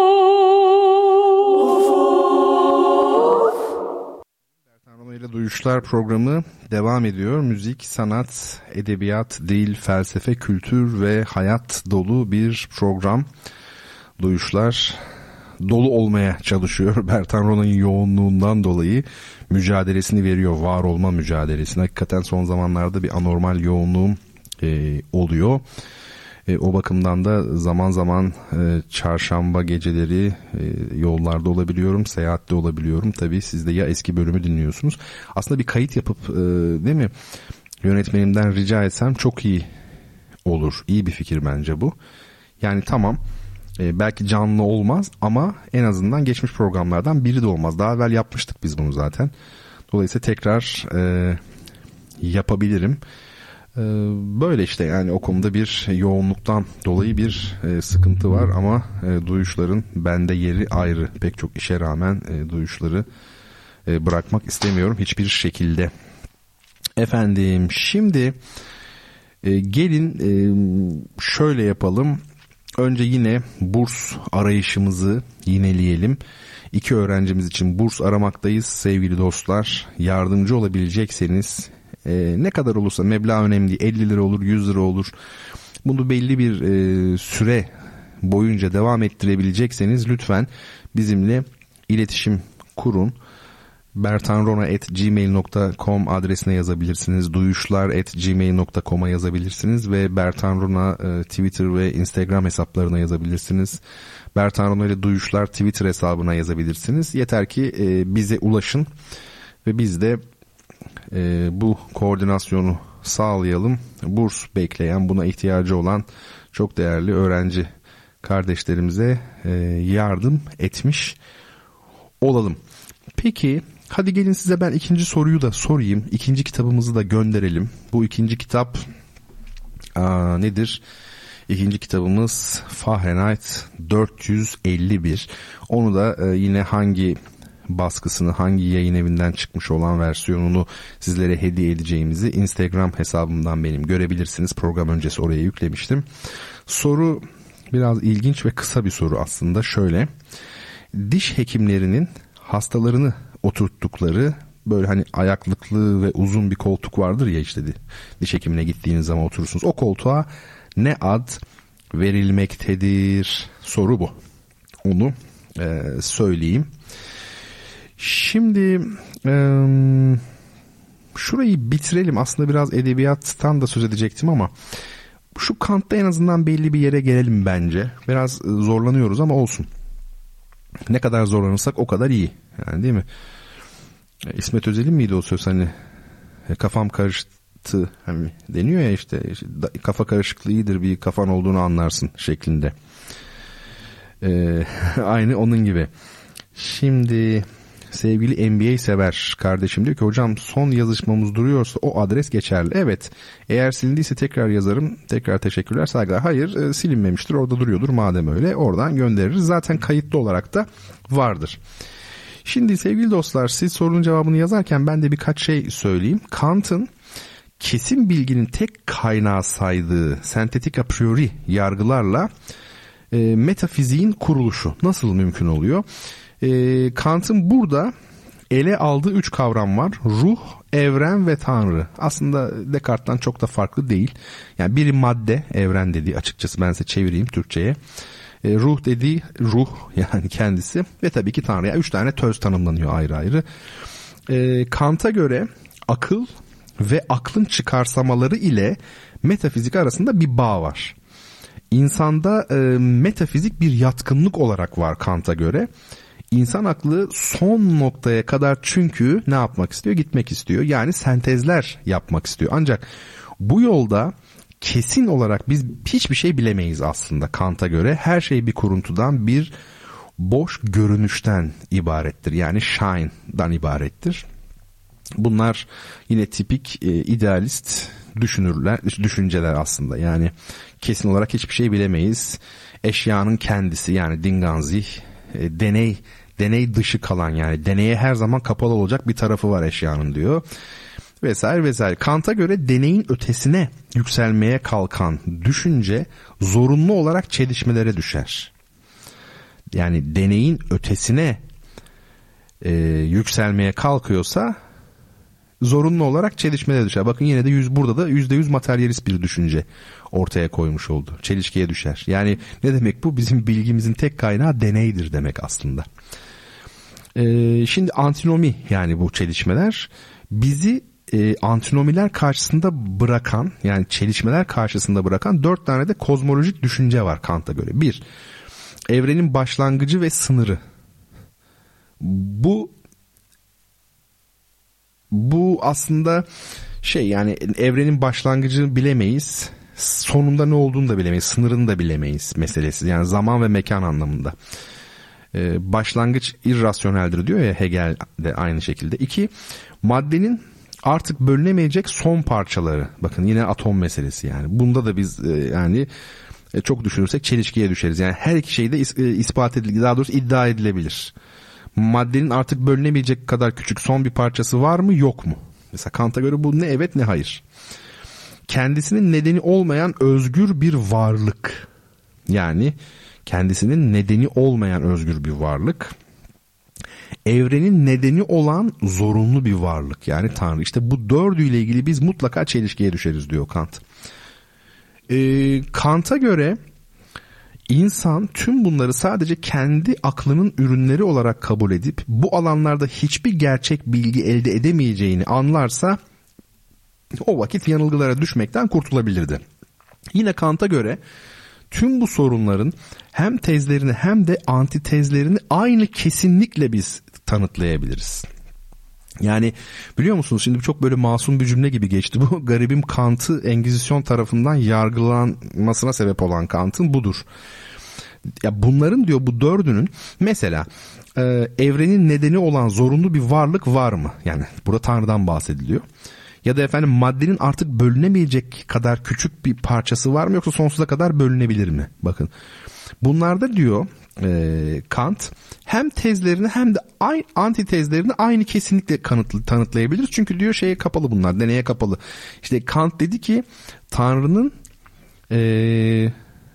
Bertan Rona ile Duyuşlar programı devam ediyor. Müzik, sanat, edebiyat, dil, felsefe, kültür ve hayat dolu bir program. Duyuşlar dolu olmaya çalışıyor. Bertan Rona'nın yoğunluğundan dolayı mücadelesini veriyor. Var olma mücadelesini. Hakikaten son zamanlarda bir anormal yoğunluğum e, oluyor. E, o bakımdan da zaman zaman e, çarşamba geceleri e, yollarda olabiliyorum, seyahatte olabiliyorum. Tabii siz de ya eski bölümü dinliyorsunuz. Aslında bir kayıt yapıp e, değil mi, yönetmenimden rica etsem çok iyi olur. İyi bir fikir bence bu. Yani tamam, e, belki canlı olmaz ama en azından geçmiş programlardan biri de olmaz. Daha evvel yapmıştık biz bunu zaten. Dolayısıyla tekrar e, yapabilirim. Böyle işte, yani o konuda bir yoğunluktan dolayı bir e, sıkıntı var ama e, duyuşların bende yeri ayrı. Pek çok işe rağmen e, duyuşları e, bırakmak istemiyorum hiçbir şekilde. Efendim şimdi e, gelin e, şöyle yapalım. Önce yine burs arayışımızı yineleyelim. İki öğrencimiz için burs aramaktayız sevgili dostlar. Yardımcı olabilecekseniz, Ee, ne kadar olursa, meblağ önemli değil, elli lira olur, yüz lira olur, bunu belli bir e, süre boyunca devam ettirebilecekseniz lütfen bizimle iletişim kurun. bertanrona at gmail nokta com adresine yazabilirsiniz. duyuşlar at gmail nokta com'a yazabilirsiniz ve Bertan Rona e, Twitter ve Instagram hesaplarına yazabilirsiniz. Bertan Rona ile Duyuşlar Twitter hesabına yazabilirsiniz. Yeter ki e, bize ulaşın ve biz de e, bu koordinasyonu sağlayalım. Burs bekleyen, buna ihtiyacı olan çok değerli öğrenci kardeşlerimize e, yardım etmiş olalım. Peki hadi gelin size ben ikinci soruyu da sorayım. İkinci kitabımızı da gönderelim. Bu ikinci kitap aa, nedir? İkinci kitabımız Fahrenheit dört yüz elli bir. Onu da e, yine hangi baskısını, hangi yayın evinden çıkmış olan versiyonunu sizlere hediye edeceğimizi Instagram hesabımdan benim görebilirsiniz. Program öncesi oraya yüklemiştim. Soru biraz ilginç ve kısa bir soru aslında. Şöyle: diş hekimlerinin hastalarını oturttukları böyle hani ayaklıklı ve uzun bir koltuk vardır ya, işte diş hekimine gittiğiniz zaman oturursunuz. O koltuğa ne ad verilmektedir? Soru bu. Onu e, söyleyeyim. Şimdi e, şurayı bitirelim. Aslında biraz edebiyattan da söz edecektim ama şu Kant'ta en azından belli bir yere gelelim bence. Biraz zorlanıyoruz ama olsun. Ne kadar zorlanırsak o kadar iyi. Yani değil mi? İsmet Özel'in miydi o söz, hani kafam karıştı hani deniyor ya, işte, işte kafa karışıklığı iyidir, bir kafan olduğunu anlarsın şeklinde. Ee, aynı onun gibi. Şimdi sevgili N B A sever kardeşim diyor ki hocam son yazışmamız duruyorsa o adres geçerli. Evet, eğer silindiyse tekrar yazarım, tekrar teşekkürler, saygılar. Hayır, e, silinmemiştir, orada duruyordur, madem öyle oradan göndeririz, zaten kayıtlı olarak da vardır. Şimdi sevgili dostlar, siz sorunun cevabını yazarken ben de birkaç şey söyleyeyim. Kant'ın kesin bilginin tek kaynağı saydığı sentetik a priori yargılarla e, metafiziğin kuruluşu nasıl mümkün oluyor? E, Kant'ın burada ele aldığı üç kavram var. Ruh, evren ve Tanrı. Aslında Descartes'tan çok da farklı değil. Yani biri madde, evren dediği, açıkçası ben size çevireyim Türkçe'ye. E, ruh dediği ruh, yani kendisi, ve tabii ki Tanrı. Yani üç tane töz tanımlanıyor ayrı ayrı. E, Kant'a göre akıl ve aklın çıkarsamaları ile metafizik arasında bir bağ var. İnsanda e, metafizik bir yatkınlık olarak var Kant'a göre. İnsan aklı son noktaya kadar çünkü ne yapmak istiyor? Gitmek istiyor. Yani sentezler yapmak istiyor. Ancak bu yolda kesin olarak biz hiçbir şey bilemeyiz aslında Kant'a göre. Her şey bir kuruntudan, bir boş görünüşten ibarettir. Yani shine'dan ibarettir. Bunlar yine tipik e, idealist düşünürler, düşünceler aslında. Yani kesin olarak hiçbir şey bilemeyiz. Eşyanın kendisi, yani Dinganzih, e, deney deney dışı kalan, yani deneye her zaman kapalı olacak bir tarafı var eşyanın diyor. Vesaire vesaire. Kant'a göre deneyin ötesine yükselmeye kalkan düşünce zorunlu olarak çelişmelere düşer. Yani deneyin ötesine e, yükselmeye kalkıyorsa zorunlu olarak çelişmelere düşer. Bakın yine de yüz, burada da yüzde yüz materyalist bir düşünce ortaya koymuş oldu. Çelişkiye düşer. Yani ne demek bu? Bizim bilgimizin tek kaynağı deneydir demek aslında. Ee, şimdi antinomi, yani bu çelişmeler bizi e, antinomiler karşısında bırakan, yani çelişmeler karşısında bırakan dört tane de kozmolojik düşünce var Kant'a göre. Bir, evrenin başlangıcı ve sınırı. Bu bu aslında şey, yani evrenin başlangıcını bilemeyiz, sonunda ne olduğunu da bilemeyiz, sınırını da bilemeyiz meselesi. Yani zaman ve mekan anlamında. Ee, başlangıç irrasyoneldir diyor ya Hegel de aynı şekilde. İki, maddenin artık bölünemeyecek son parçaları. Bakın yine atom meselesi yani. Bunda da biz e, yani e, çok düşünürsek çelişkiye düşeriz. Yani her iki şey de is, e, ispat edilebilir, daha doğrusu iddia edilebilir. Maddenin artık bölünemeyecek kadar küçük son bir parçası var mı, yok mu? Mesela Kant'a göre bu ne evet ne hayır. Kendisinin nedeni olmayan özgür bir varlık. Yani kendisinin nedeni olmayan özgür bir varlık. Evrenin nedeni olan zorunlu bir varlık, yani Tanrı. İşte bu dördüyle ilgili biz mutlaka çelişkiye düşeriz diyor Kant. Ee, Kant'a göre İnsan tüm bunları sadece kendi aklının ürünleri olarak kabul edip bu alanlarda hiçbir gerçek bilgi elde edemeyeceğini anlarsa o vakit yanılgılara düşmekten kurtulabilirdi. Yine Kant'a göre tüm bu sorunların hem tezlerini hem de antitezlerini aynı kesinlikle biz tanıtlayabiliriz. Yani biliyor musunuz, şimdi çok böyle masum bir cümle gibi geçti bu. Garibim Kant'ı Engizisyon tarafından yargılanmasına sebep olan Kant'ın budur. Ya bunların diyor, bu dördünün mesela e, evrenin nedeni olan zorunlu bir varlık var mı? Yani burada Tanrı'dan bahsediliyor. Ya da efendim maddenin artık bölünemeyecek kadar küçük bir parçası var mı, yoksa sonsuza kadar bölünebilir mi? Bakın bunlarda diyor e, Kant hem tezlerini hem de aynı, antitezlerini aynı kesinlikle kanıtlı, tanıtlayabiliriz. Çünkü diyor şeye kapalı bunlar, deneye kapalı. İşte Kant dedi ki Tanrı'nın e,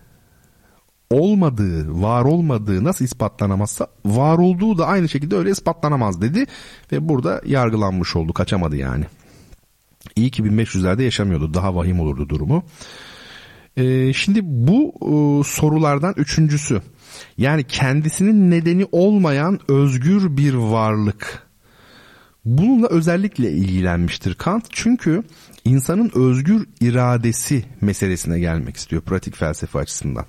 olmadığı, var olmadığı nasıl ispatlanamazsa var olduğu da aynı şekilde öyle ispatlanamaz dedi. Ve burada yargılanmış oldu, kaçamadı yani. İyi ki bin beş yüzlerde yaşamıyordu, daha vahim olurdu durumu. Ee, şimdi bu e, sorulardan üçüncüsü, yani kendisinin nedeni olmayan özgür bir varlık. Bununla özellikle ilgilenmiştir Kant, çünkü insanın özgür iradesi meselesine gelmek istiyor pratik felsefe açısından.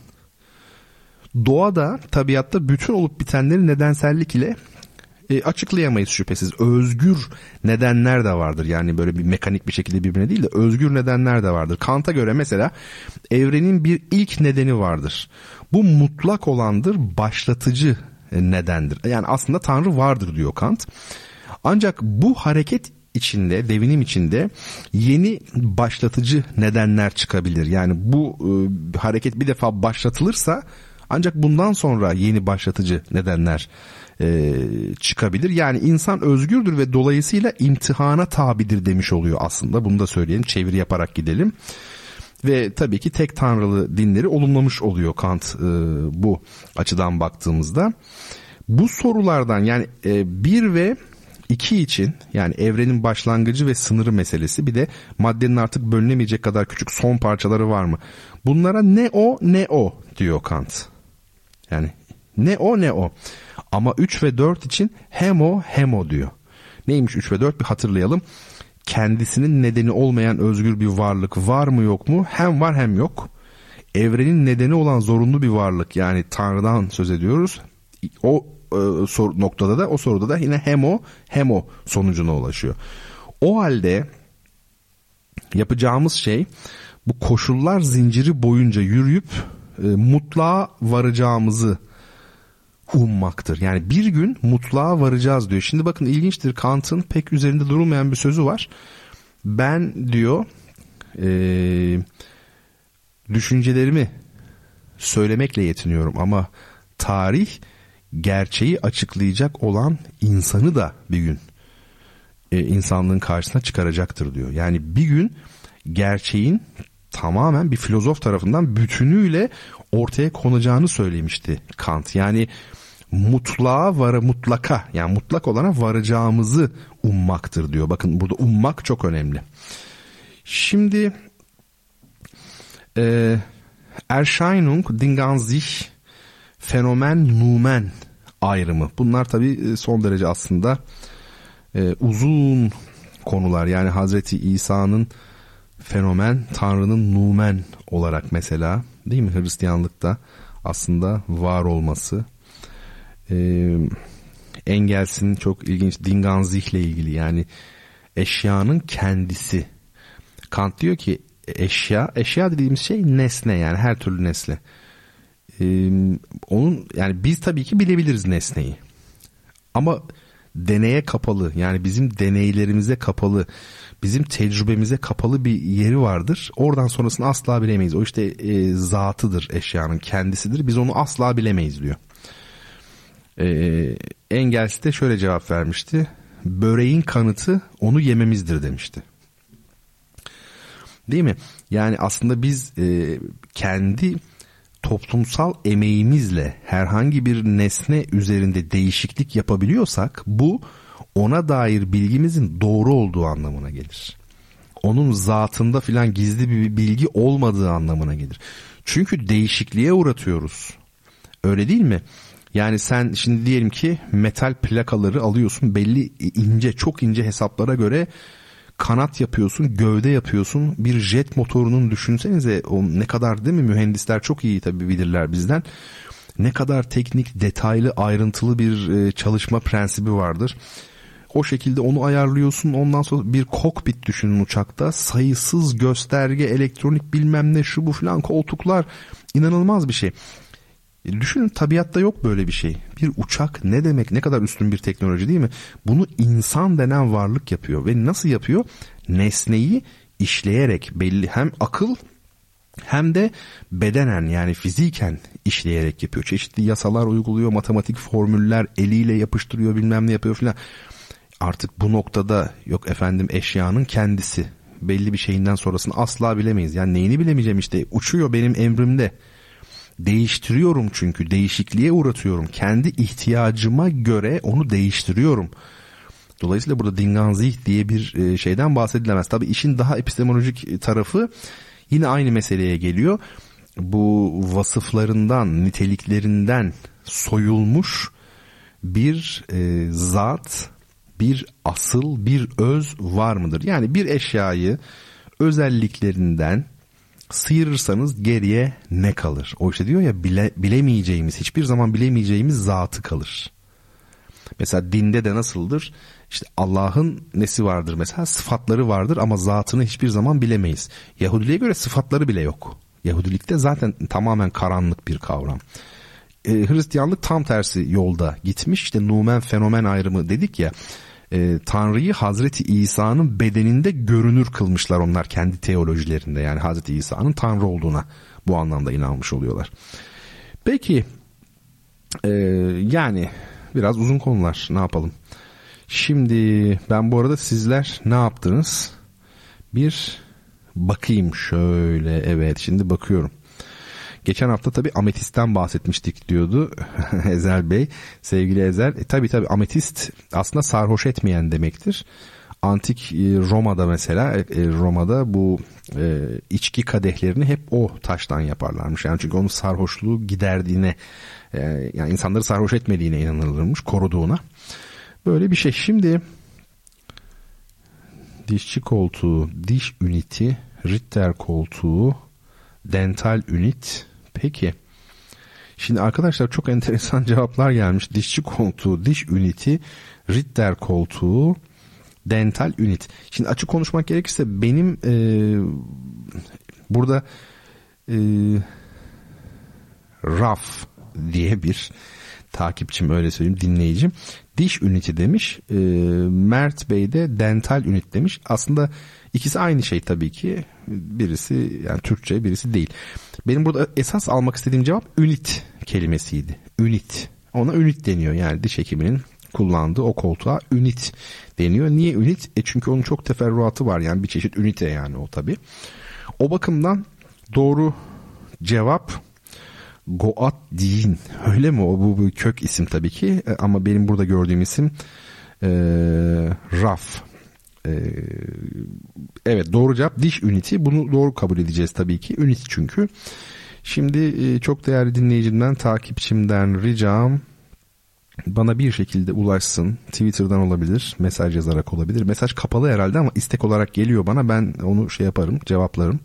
Doğada, tabiatta bütün olup bitenleri nedensellik ile e, açıklayamayız şüphesiz. Özgür nedenler de vardır. Yani böyle bir mekanik bir şekilde birbirine değil de özgür nedenler de vardır. Kant'a göre mesela evrenin bir ilk nedeni vardır. Bu mutlak olandır, başlatıcı nedendir. Yani aslında Tanrı vardır diyor Kant. Ancak bu hareket içinde, devinim içinde yeni başlatıcı nedenler çıkabilir. Yani bu e, hareket bir defa başlatılırsa ancak bundan sonra yeni başlatıcı nedenler e, çıkabilir. Yani insan özgürdür ve dolayısıyla imtihana tabidir demiş oluyor aslında. Bunu da söyleyelim, çeviri yaparak gidelim. Ve tabii ki tek tanrılı dinleri olumlamış oluyor Kant e, bu açıdan baktığımızda. Bu sorulardan yani e, bir ve iki için, yani evrenin başlangıcı ve sınırı meselesi, bir de maddenin artık bölünemeyecek kadar küçük son parçaları var mı? Bunlara ne o ne o diyor Kant. Yani ne o ne o. Ama üç ve dört için hem o hem o diyor. Neymiş üç ve dört, bir hatırlayalım. Kendisinin nedeni olmayan özgür bir varlık var mı yok mu? Hem var hem yok. Evrenin nedeni olan zorunlu bir varlık, yani Tanrı'dan söz ediyoruz. O e, sor, noktada da, o soruda da yine hem o hem o sonucuna ulaşıyor. O halde yapacağımız şey bu koşullar zinciri boyunca yürüyüp e, mutluğa varacağımızı ummaktır. Yani bir gün mutluğa varacağız diyor. Şimdi bakın ilginçtir, Kant'ın pek üzerinde durulmayan bir sözü var. Ben diyor e, düşüncelerimi söylemekle yetiniyorum ama tarih gerçeği açıklayacak olan insanı da bir gün e, insanlığın karşısına çıkaracaktır diyor. Yani bir gün gerçeğin tamamen bir filozof tarafından bütünüyle ortaya konacağını söylemişti Kant. Yani mutlağa vara mutlaka, yani mutlak olana varacağımızı ummaktır diyor. Bakın burada ummak çok önemli. Şimdi e, Erscheinung, Ding an sich, fenomen, numen ayrımı. Bunlar tabii son derece aslında e, uzun konular. Yani Hazreti İsa'nın fenomen, Tanrı'nın numen olarak mesela, değil mi, Hristiyanlıkta aslında var olması. E, Engels'in çok ilginç Ding an sich ile ilgili, yani eşyanın kendisi. Kant diyor ki eşya, eşya dediğimiz şey nesne, yani her türlü nesne. Ee, onun yani biz tabii ki bilebiliriz nesneyi. Ama deneye kapalı, yani bizim deneylerimize kapalı, bizim tecrübemize kapalı bir yeri vardır. Oradan sonrasını asla bilemeyiz. O işte e, zatıdır, eşyanın kendisidir. Biz onu asla bilemeyiz diyor. Ee, Engels de şöyle cevap vermişti. Böreğin kanıtı onu yememizdir demişti. Değil mi? Yani aslında biz e, kendi toplumsal emeğimizle herhangi bir nesne üzerinde değişiklik yapabiliyorsak bu ona dair bilgimizin doğru olduğu anlamına gelir. Onun zatında filan gizli bir bilgi olmadığı anlamına gelir. Çünkü değişikliğe uğratıyoruz. Öyle değil mi? Yani sen şimdi diyelim ki metal plakaları alıyorsun, belli ince, çok ince hesaplara göre kanat yapıyorsun, gövde yapıyorsun. Bir jet motorunun düşünsenize o ne kadar, değil mi? Mühendisler çok iyi tabii bilirler bizden. Ne kadar teknik, detaylı, ayrıntılı bir çalışma prensibi vardır. O şekilde onu ayarlıyorsun. Ondan sonra bir kokpit düşünün uçakta. Sayısız gösterge, elektronik bilmem ne, şu bu filan, koltuklar. İnanılmaz bir şey. Düşünün, tabiatta yok böyle bir şey. Bir uçak ne demek, ne kadar üstün bir teknoloji, değil mi? Bunu insan denen varlık yapıyor ve nasıl yapıyor? nesneyi işleyerek belli hem akıl hem de bedenen yani fiziken işleyerek yapıyor. Çeşitli yasalar uyguluyor, matematik formüller eliyle yapıştırıyor, bilmem ne yapıyor filan. Artık bu noktada yok efendim eşyanın kendisi. Belli bir şeyinden sonrasını asla bilemeyiz. Yani neyini bilemeyeceğim işte, uçuyor benim emrimde. Değiştiriyorum çünkü değişikliğe uğratıyorum. Kendi ihtiyacıma göre onu değiştiriyorum. Dolayısıyla burada Dinganzih diye bir şeyden bahsedilemez. Tabii işin daha epistemolojik tarafı yine aynı meseleye geliyor. Bu vasıflarından, niteliklerinden soyulmuş bir e, zat, bir asıl, bir öz var mıdır? Yani bir eşyayı özelliklerinden sıyırırsanız geriye ne kalır? O işte diyor ya, bile, bilemeyeceğimiz, hiçbir zaman bilemeyeceğimiz zatı kalır. Mesela dinde de nasıldır? İşte Allah'ın nesi vardır mesela? Sıfatları vardır ama zatını hiçbir zaman bilemeyiz. Yahudiliğe göre sıfatları bile yok. Yahudilikte zaten tamamen karanlık bir kavram. Ee, Hristiyanlık tam tersi yolda gitmiş. İşte numen fenomen ayrımı dedik ya. E, Tanrı'yı Hazreti İsa'nın bedeninde görünür kılmışlar onlar kendi teolojilerinde. Yani Hazreti İsa'nın Tanrı olduğuna bu anlamda inanmış oluyorlar. Peki e, yani biraz uzun konular, ne yapalım? Şimdi ben bu arada sizler ne yaptınız? Bir bakayım şöyle, evet şimdi bakıyorum. Geçen hafta tabii ametistten bahsetmiştik diyordu Ezel Bey, sevgili Ezel. E, tabii tabii ametist aslında sarhoş etmeyen demektir. Antik Roma'da mesela, Roma'da bu e, içki kadehlerini hep o taştan yaparlarmış. Yani çünkü onun sarhoşluğu giderdiğine, e, yani insanları sarhoş etmediğine inanılırmış, koruduğuna. Böyle bir şey. Şimdi dişçi koltuğu, diş üniti, Ritter koltuğu, dental ünit. Peki. Şimdi arkadaşlar çok enteresan cevaplar gelmiş. Dişçi koltuğu, diş üniti, Ritter koltuğu, dental ünit. Şimdi açık konuşmak gerekirse benim e, burada e, Raf diye bir takipçim, öyle söyleyeyim, dinleyicim, diş üniti demiş. E, Mert Bey de dental ünit demiş. Aslında ikisi aynı şey tabii ki. Birisi yani Türkçe, birisi değil. Benim burada esas almak istediğim cevap ünit kelimesiydi. Ünit. Ona ünit deniyor. Yani diş hekiminin kullandığı o koltuğa ünit deniyor. Niye ünit? E çünkü onun çok teferruatı var. Yani bir çeşit ünite yani o tabii. O bakımdan doğru cevap Goat Din. Öyle mi? O bu, bu kök isim tabii ki. E, ama benim burada gördüğüm isim e, Raf. E, evet, doğru cevap diş üniti. Bunu doğru kabul edeceğiz tabii ki. Ünit çünkü. Şimdi e, çok değerli dinleyicimden, takipçimden ricam, bana bir şekilde ulaşsın. Twitter'dan olabilir, mesaj yazarak olabilir. Mesaj kapalı herhalde ama istek olarak geliyor bana. Ben onu şey yaparım, cevaplarım.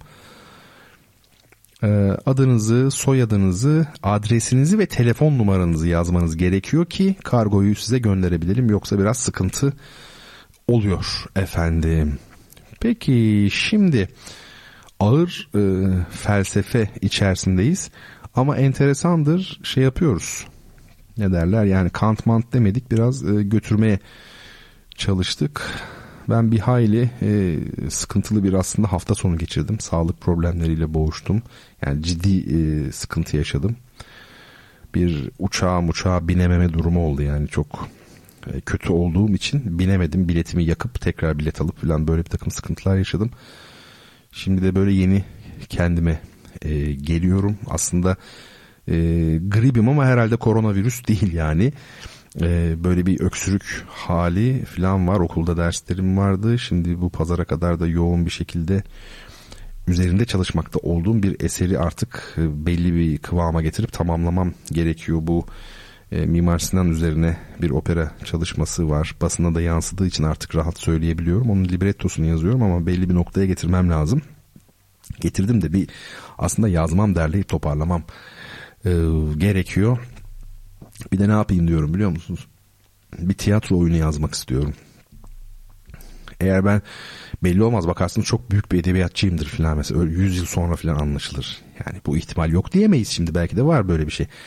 Adınızı, soyadınızı, adresinizi ve telefon numaranızı yazmanız gerekiyor ki kargoyu size gönderebilirim. Yoksa biraz sıkıntı oluyor efendim. Peki şimdi ağır e, felsefe içerisindeyiz. Ama enteresandır, şey yapıyoruz. Ne derler yani, Kant mant demedik, biraz e, götürmeye çalıştık. Ben bir hayli e, sıkıntılı bir aslında hafta sonu geçirdim. Sağlık problemleriyle boğuştum. Yani ciddi e, sıkıntı yaşadım. Bir uçağa uçağa binememe durumu oldu yani, çok e, kötü olduğum için binemedim. Biletimi yakıp tekrar bilet alıp falan böyle bir takım sıkıntılar yaşadım. Şimdi de böyle yeni kendime e, geliyorum. Aslında e, gribim ama herhalde koronavirüs değil yani. Ee, böyle bir öksürük hali falan var. Okulda derslerim vardı. Şimdi bu pazara kadar da yoğun bir şekilde üzerinde çalışmakta olduğum bir eseri artık belli bir kıvama getirip tamamlamam gerekiyor. Bu e, Mimar Sinan üzerine bir opera çalışması var. Basına da yansıdığı için artık rahat söyleyebiliyorum. Onun librettosunu yazıyorum ama belli bir noktaya getirmem lazım. Getirdim de bir aslında yazmam, derleyip toparlamam e, gerekiyor. Bir de ne yapayım diyorum biliyor musunuz? Bir tiyatro oyunu yazmak istiyorum. Eğer ben, belli olmaz, bakarsınız çok büyük bir edebiyatçıyımdır falan mesela. Öyle yüz yıl sonra falan anlaşılır. Yani bu ihtimal yok diyemeyiz şimdi, belki de var böyle bir şey.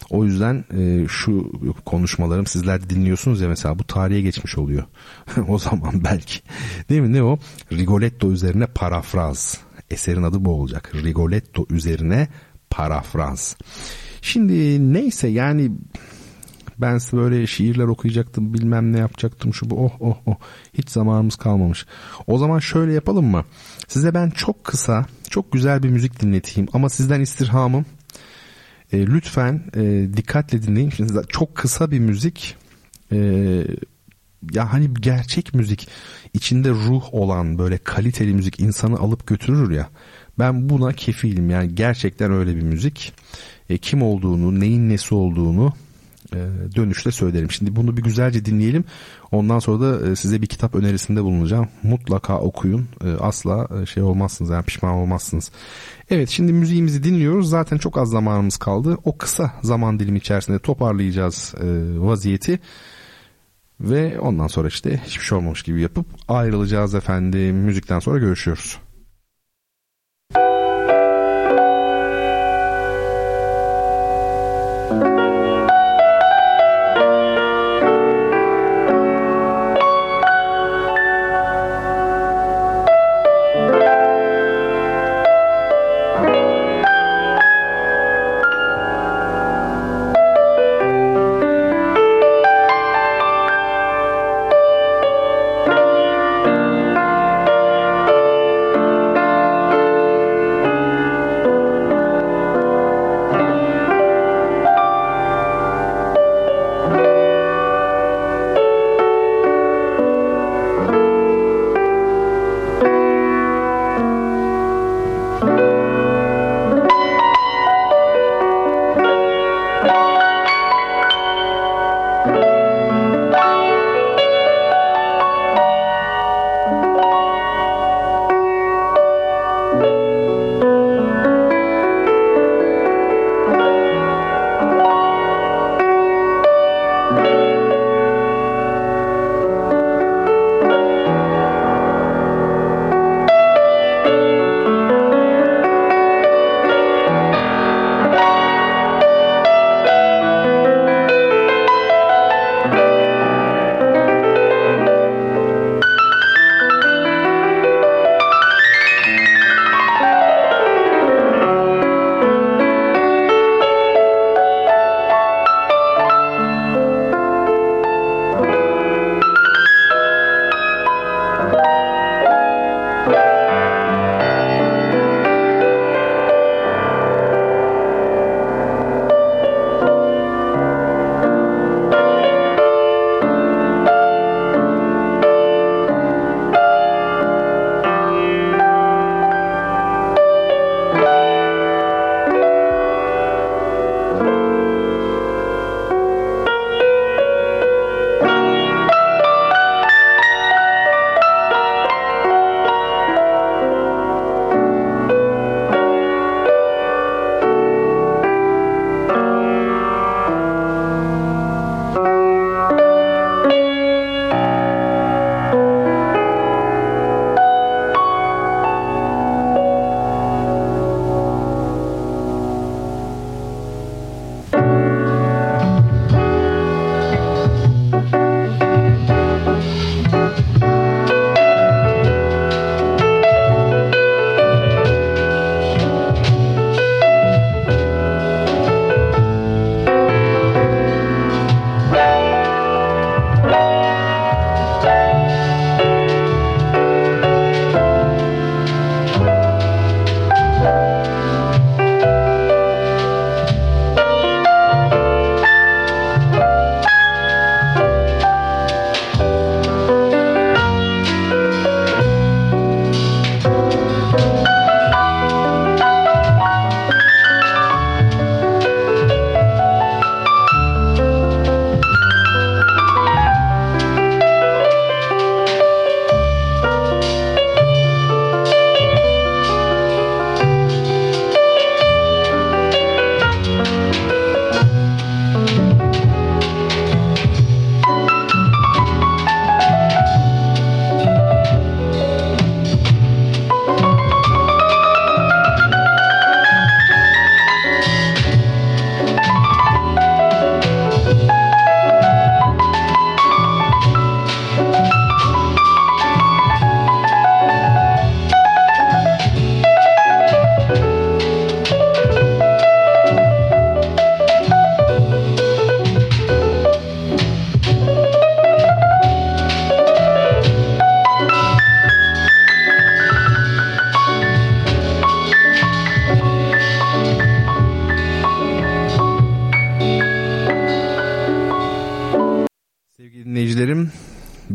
O yüzden e, şu konuşmalarım sizler de dinliyorsunuz ya, mesela bu tarihe geçmiş oluyor. O zaman belki, değil mi? Ne o? Rigoletto üzerine parafraz. Eserin adı bu olacak. Rigoletto üzerine parafraz. Şimdi neyse, yani ben size böyle şiirler okuyacaktım, bilmem ne yapacaktım, şu bu, oh oh oh, hiç zamanımız kalmamış. O zaman şöyle yapalım mı? Size ben çok kısa, çok güzel bir müzik dinleteyim ama sizden istirhamım, e, lütfen e, dikkatle dinleyin. Şimdi çok kısa bir müzik, e, ya hani gerçek müzik, içinde ruh olan böyle kaliteli müzik insanı alıp götürür ya, ben buna kefilim. Yani gerçekten öyle bir müzik. E, kim olduğunu, neyin nesi olduğunu dönüşte söylerim. Şimdi bunu bir güzelce dinleyelim. Ondan sonra da size bir kitap önerisinde bulunacağım. Mutlaka okuyun. Asla şey olmazsınız, yani pişman olmazsınız. Evet, şimdi müziğimizi dinliyoruz. Zaten çok az zamanımız kaldı. O kısa zaman dilimi içerisinde toparlayacağız vaziyeti. Ve ondan sonra işte hiçbir şey olmamış gibi yapıp ayrılacağız efendim. Müzikten sonra görüşüyoruz. Thank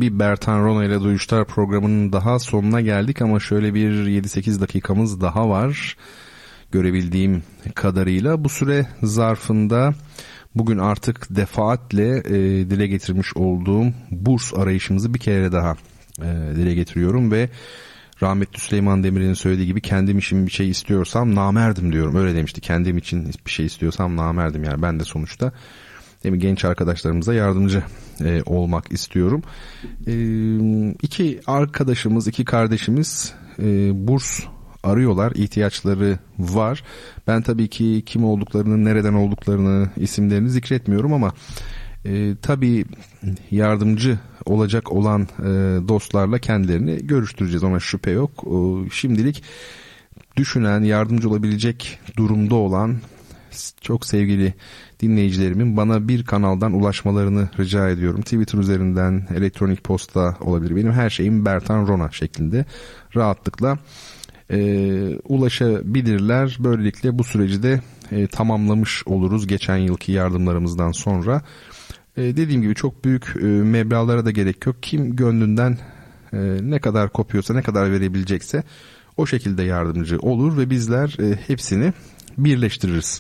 bir Bertan Rona ile Duyuşlar programının daha sonuna geldik ama şöyle bir yedi sekiz dakikamız daha var. Görebildiğim kadarıyla bu süre zarfında bugün artık defaatle e, dile getirmiş olduğum burs arayışımızı bir kere daha e, dile getiriyorum ve rahmetli Süleyman Demirel'in söylediği gibi kendim için bir şey istiyorsam namerdim diyorum. Öyle demişti. Kendim için bir şey istiyorsam namerdim, yani ben de sonuçta değil mi, genç arkadaşlarımıza yardımcı e, olmak istiyorum. E, iki arkadaşımız, iki kardeşimiz e, burs arıyorlar, ihtiyaçları var. Ben tabii ki kim olduklarını, nereden olduklarını, isimlerini zikretmiyorum ama e, tabii yardımcı olacak olan e, dostlarla kendilerini görüştüreceğiz, ona şüphe yok. E, şimdilik düşünen, yardımcı olabilecek durumda olan çok sevgili dinleyicilerimin bana bir kanaldan ulaşmalarını rica ediyorum. Twitter üzerinden, elektronik posta olabilir. Benim her şeyim Bertan Rona şeklinde rahatlıkla e, ulaşabilirler. Böylelikle bu süreci de e, tamamlamış oluruz geçen yılki yardımlarımızdan sonra. E, dediğim gibi çok büyük e, meblağlara da gerek yok. Kim gönlünden e, ne kadar kopuyorsa, ne kadar verebilecekse o şekilde yardımcı olur ve bizler e, hepsini birleştiririz.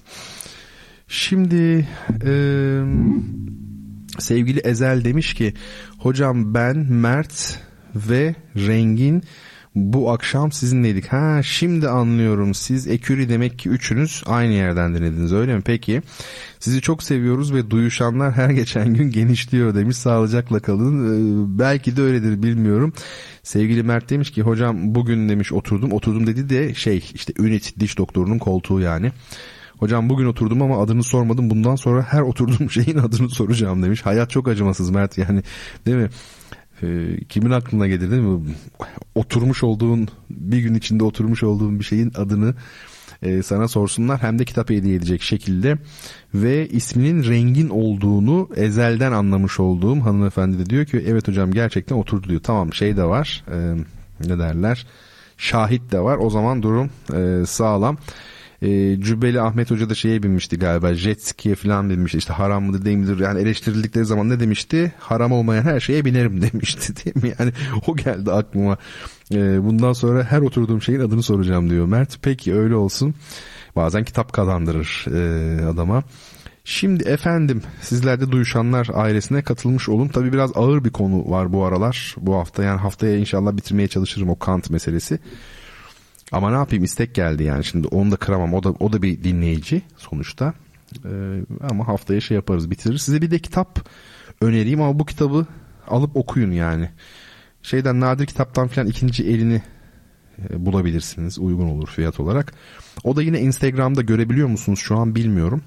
Şimdi e, sevgili Ezel demiş ki hocam ben Mert ve Rengin bu akşam sizinleydik. Ha, şimdi anlıyorum, siz Eküri demek ki üçünüz aynı yerden dinlediniz, öyle mi? Peki, sizi çok seviyoruz ve duyuşanlar her geçen gün genişliyor demiş. Sağlıcakla kalın. Ee, belki de öyledir, bilmiyorum. Sevgili Mert demiş ki hocam bugün demiş oturdum. Oturdum dedi de şey işte ünit diş doktorunun koltuğu yani. Hocam bugün oturdum ama adını sormadım. Bundan sonra her oturduğum şeyin adını soracağım demiş. Hayat çok acımasız Mert, yani değil mi? Ee, kimin aklına gelir değil mi? Oturmuş olduğun, bir gün içinde oturmuş olduğun bir şeyin adını e, sana sorsunlar. Hem de kitap hediye edecek şekilde. Ve isminin Rengin olduğunu ezelden anlamış olduğum hanımefendi de diyor ki evet hocam gerçekten oturdu diyor. Tamam, şey de var. E, ne derler? Şahit de var. O zaman durum e, sağlam. E, Cübbeli Ahmet Hoca da şeye binmişti galiba, jet ski'ye falan binmişti, işte haram mıdır değil midir, yani eleştirildikleri zaman ne demişti, haram olmayan her şeye binerim demişti, değil mi? Yani o geldi aklıma. E, bundan sonra her oturduğum şeyin adını soracağım diyor Mert. Peki öyle olsun, bazen kitap kazandırır e, adama. Şimdi efendim, sizler de Duyuşanlar ailesine katılmış olun. Tabii biraz ağır bir konu var bu aralar, bu hafta, yani haftaya inşallah bitirmeye çalışırım o Kant meselesi. Ama ne yapayım, istek geldi yani, şimdi onu da kıramam, o da o da bir dinleyici sonuçta. Ee, ama haftaya şey yaparız, bitiririz. Size bir de kitap önereyim ama bu kitabı alıp okuyun yani. Şeyden, nadir kitaptan falan ikinci elini e, bulabilirsiniz, uygun olur fiyat olarak. O da yine Instagram'da görebiliyor musunuz şu an bilmiyorum.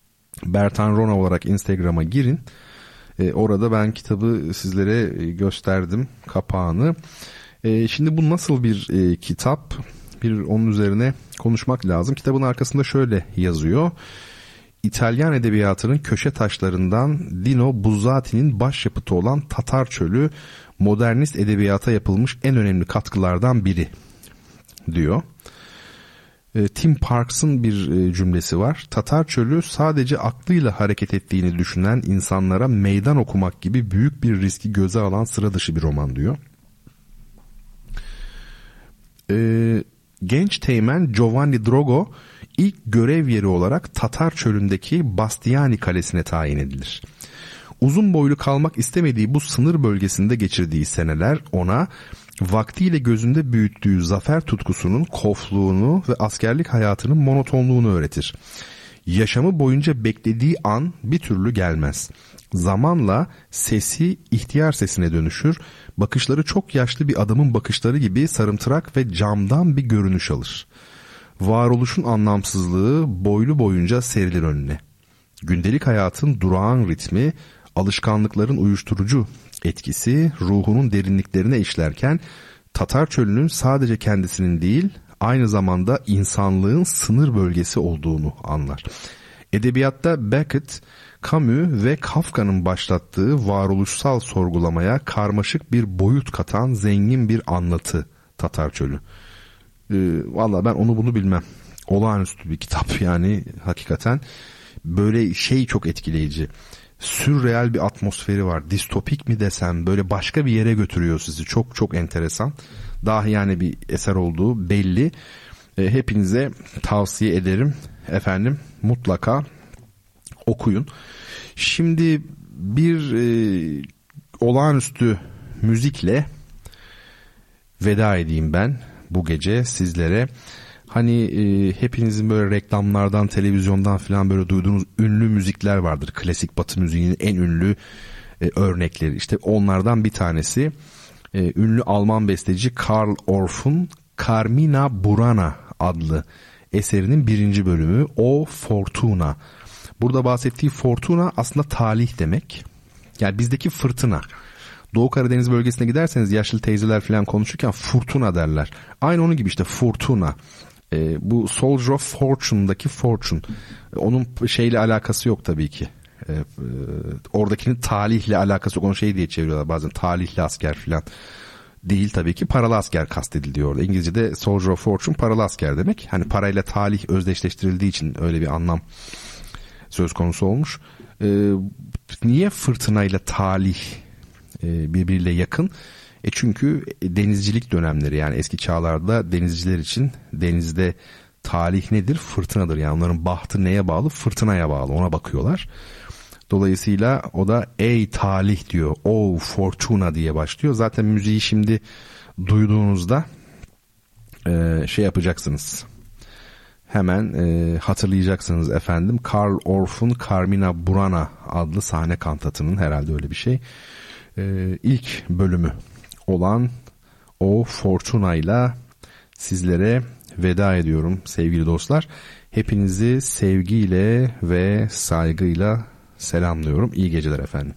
Bertan Rona olarak Instagram'a girin. E, orada ben kitabı sizlere gösterdim, kapağını. E, şimdi bu nasıl bir e, kitap? Bir onun üzerine konuşmak lazım. Kitabın arkasında şöyle yazıyor. İtalyan edebiyatının köşe taşlarından Dino Buzzati'nin başyapıtı olan Tatar Çölü modernist edebiyata yapılmış en önemli katkılardan biri diyor. E, Tim Parks'ın bir e, cümlesi var. Tatar Çölü sadece aklıyla hareket ettiğini düşünen insanlara meydan okumak gibi büyük bir riski göze alan sıra dışı bir roman diyor. Ee, genç teğmen Giovanni Drogo ilk görev yeri olarak Tatar Çölü'ndeki Bastiani Kalesi'ne tayin edilir. Uzun boylu kalmak istemediği bu sınır bölgesinde geçirdiği seneler ona vaktiyle gözünde büyüttüğü zafer tutkusunun kofluğunu ve askerlik hayatının monotonluğunu öğretir. Yaşamı boyunca beklediği an bir türlü gelmez. Zamanla sesi ihtiyar sesine dönüşür. Bakışları çok yaşlı bir adamın bakışları gibi sarımtırak ve camdan bir görünüş alır. Varoluşun anlamsızlığı boylu boyunca serilir önüne. Gündelik hayatın durağan ritmi, alışkanlıkların uyuşturucu etkisi ruhunun derinliklerine işlerken Tatar Çölü'nün sadece kendisinin değil, aynı zamanda insanlığın sınır bölgesi olduğunu anlar. Edebiyatta Beckett, Camus ve Kafka'nın başlattığı varoluşsal sorgulamaya karmaşık bir boyut katan zengin bir anlatı Tatar Çölü. Ee, Valla ben onu bunu bilmem. Olağanüstü bir kitap yani, hakikaten. Böyle şey çok etkileyici. sürreal bir atmosferi var. Distopik mi desem, böyle başka bir yere götürüyor sizi. Çok çok enteresan. Dahi yani bir eser olduğu belli. E, hepinize tavsiye ederim. Efendim mutlaka okuyun. Şimdi bir e, olağanüstü müzikle veda edeyim ben bu gece sizlere. Hani e, hepinizin böyle reklamlardan, televizyondan falan böyle duyduğunuz ünlü müzikler vardır. Klasik Batı müziğinin en ünlü e, örnekleri. İşte onlardan bir tanesi e, ünlü Alman besteci Karl Orff'un Carmina Burana adlı eserinin birinci bölümü O Fortuna. Burada bahsettiği Fortuna aslında talih demek. Yani bizdeki fırtına. Doğu Karadeniz bölgesine giderseniz yaşlı teyzeler falan konuşurken fırtına derler. Aynı onun gibi işte fırtına. Ee, bu Soldier of Fortune'daki Fortune. Onun şeyle alakası yok tabii ki. Ee, e, oradakinin talihle alakası yok. Onu şey diye çeviriyorlar bazen, talihli asker falan. Değil tabii ki, paralı asker kastediliyor orada. İngilizce'de Soldier of Fortune paralı asker demek. Hani parayla talih özdeşleştirildiği için öyle bir anlam söz konusu olmuş. Ee, niye fırtınayla talih e, birbiriyle yakın? E çünkü denizcilik dönemleri, yani eski çağlarda denizciler için denizde talih nedir? Fırtınadır. Yani onların bahtı neye bağlı? Fırtınaya bağlı. Ona bakıyorlar. Dolayısıyla o da ey talih diyor. O fortuna diye başlıyor. Zaten müziği şimdi duyduğunuzda e, şey yapacaksınız. Hemen e, hatırlayacaksınız efendim. Karl Orff'un Carmina Burana adlı sahne kantatının, herhalde öyle bir şey. E, ilk bölümü olan O Fortuna ile sizlere veda ediyorum sevgili dostlar. Hepinizi sevgiyle ve saygıyla selamlıyorum. İyi geceler efendim.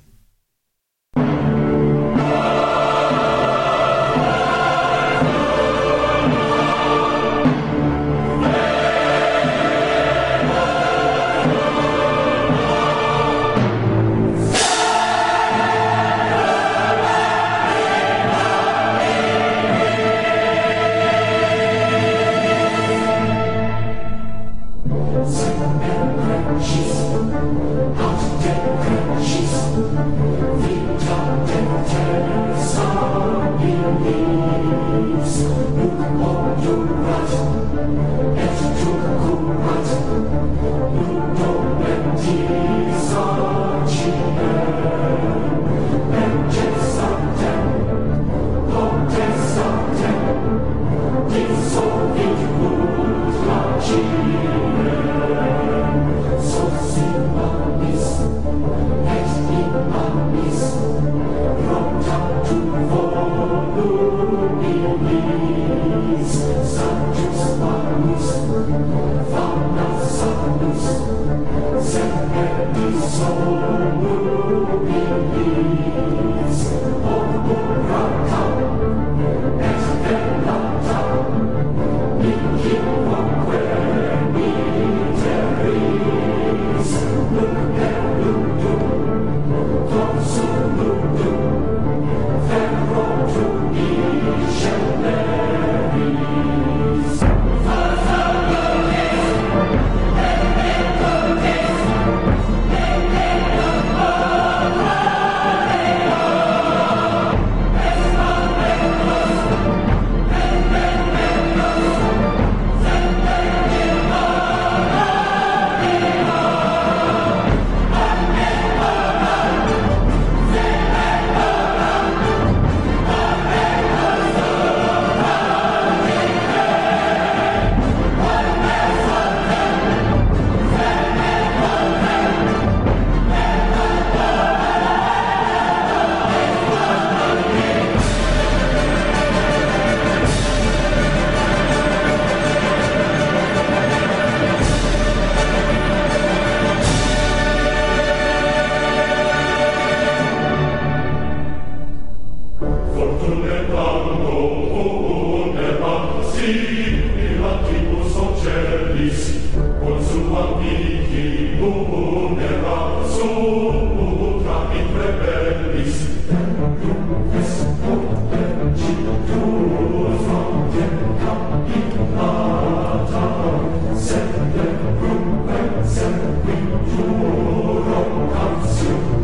Send them, bring them, bring them,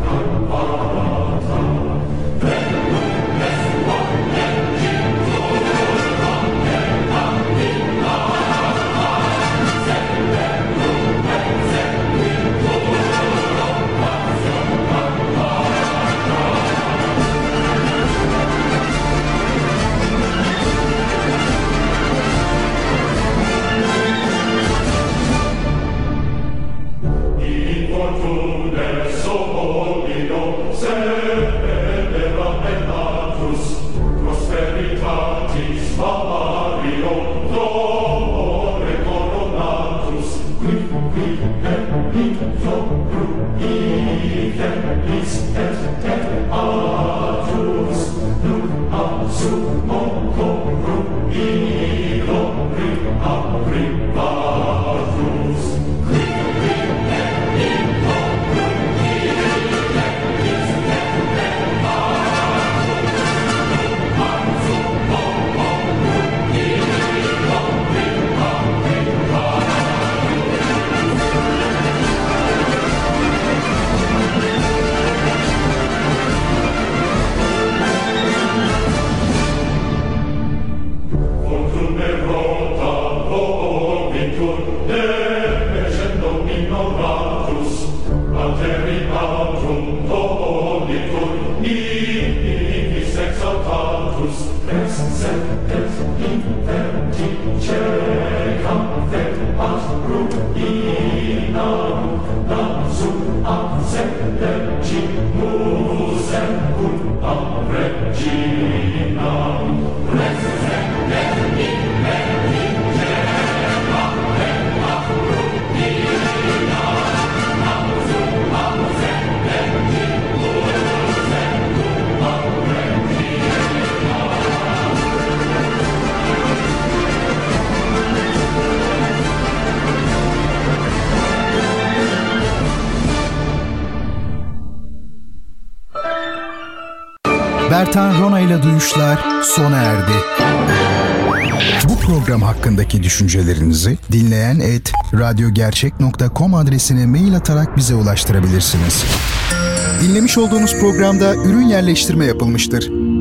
Bertan Rona ile Duyuşlar sona erdi. Bu program hakkındaki düşüncelerinizi dinleyen et radyogercek nokta com adresine mail atarak bize ulaştırabilirsiniz. Dinlemiş olduğunuz programda ürün yerleştirme yapılmıştır.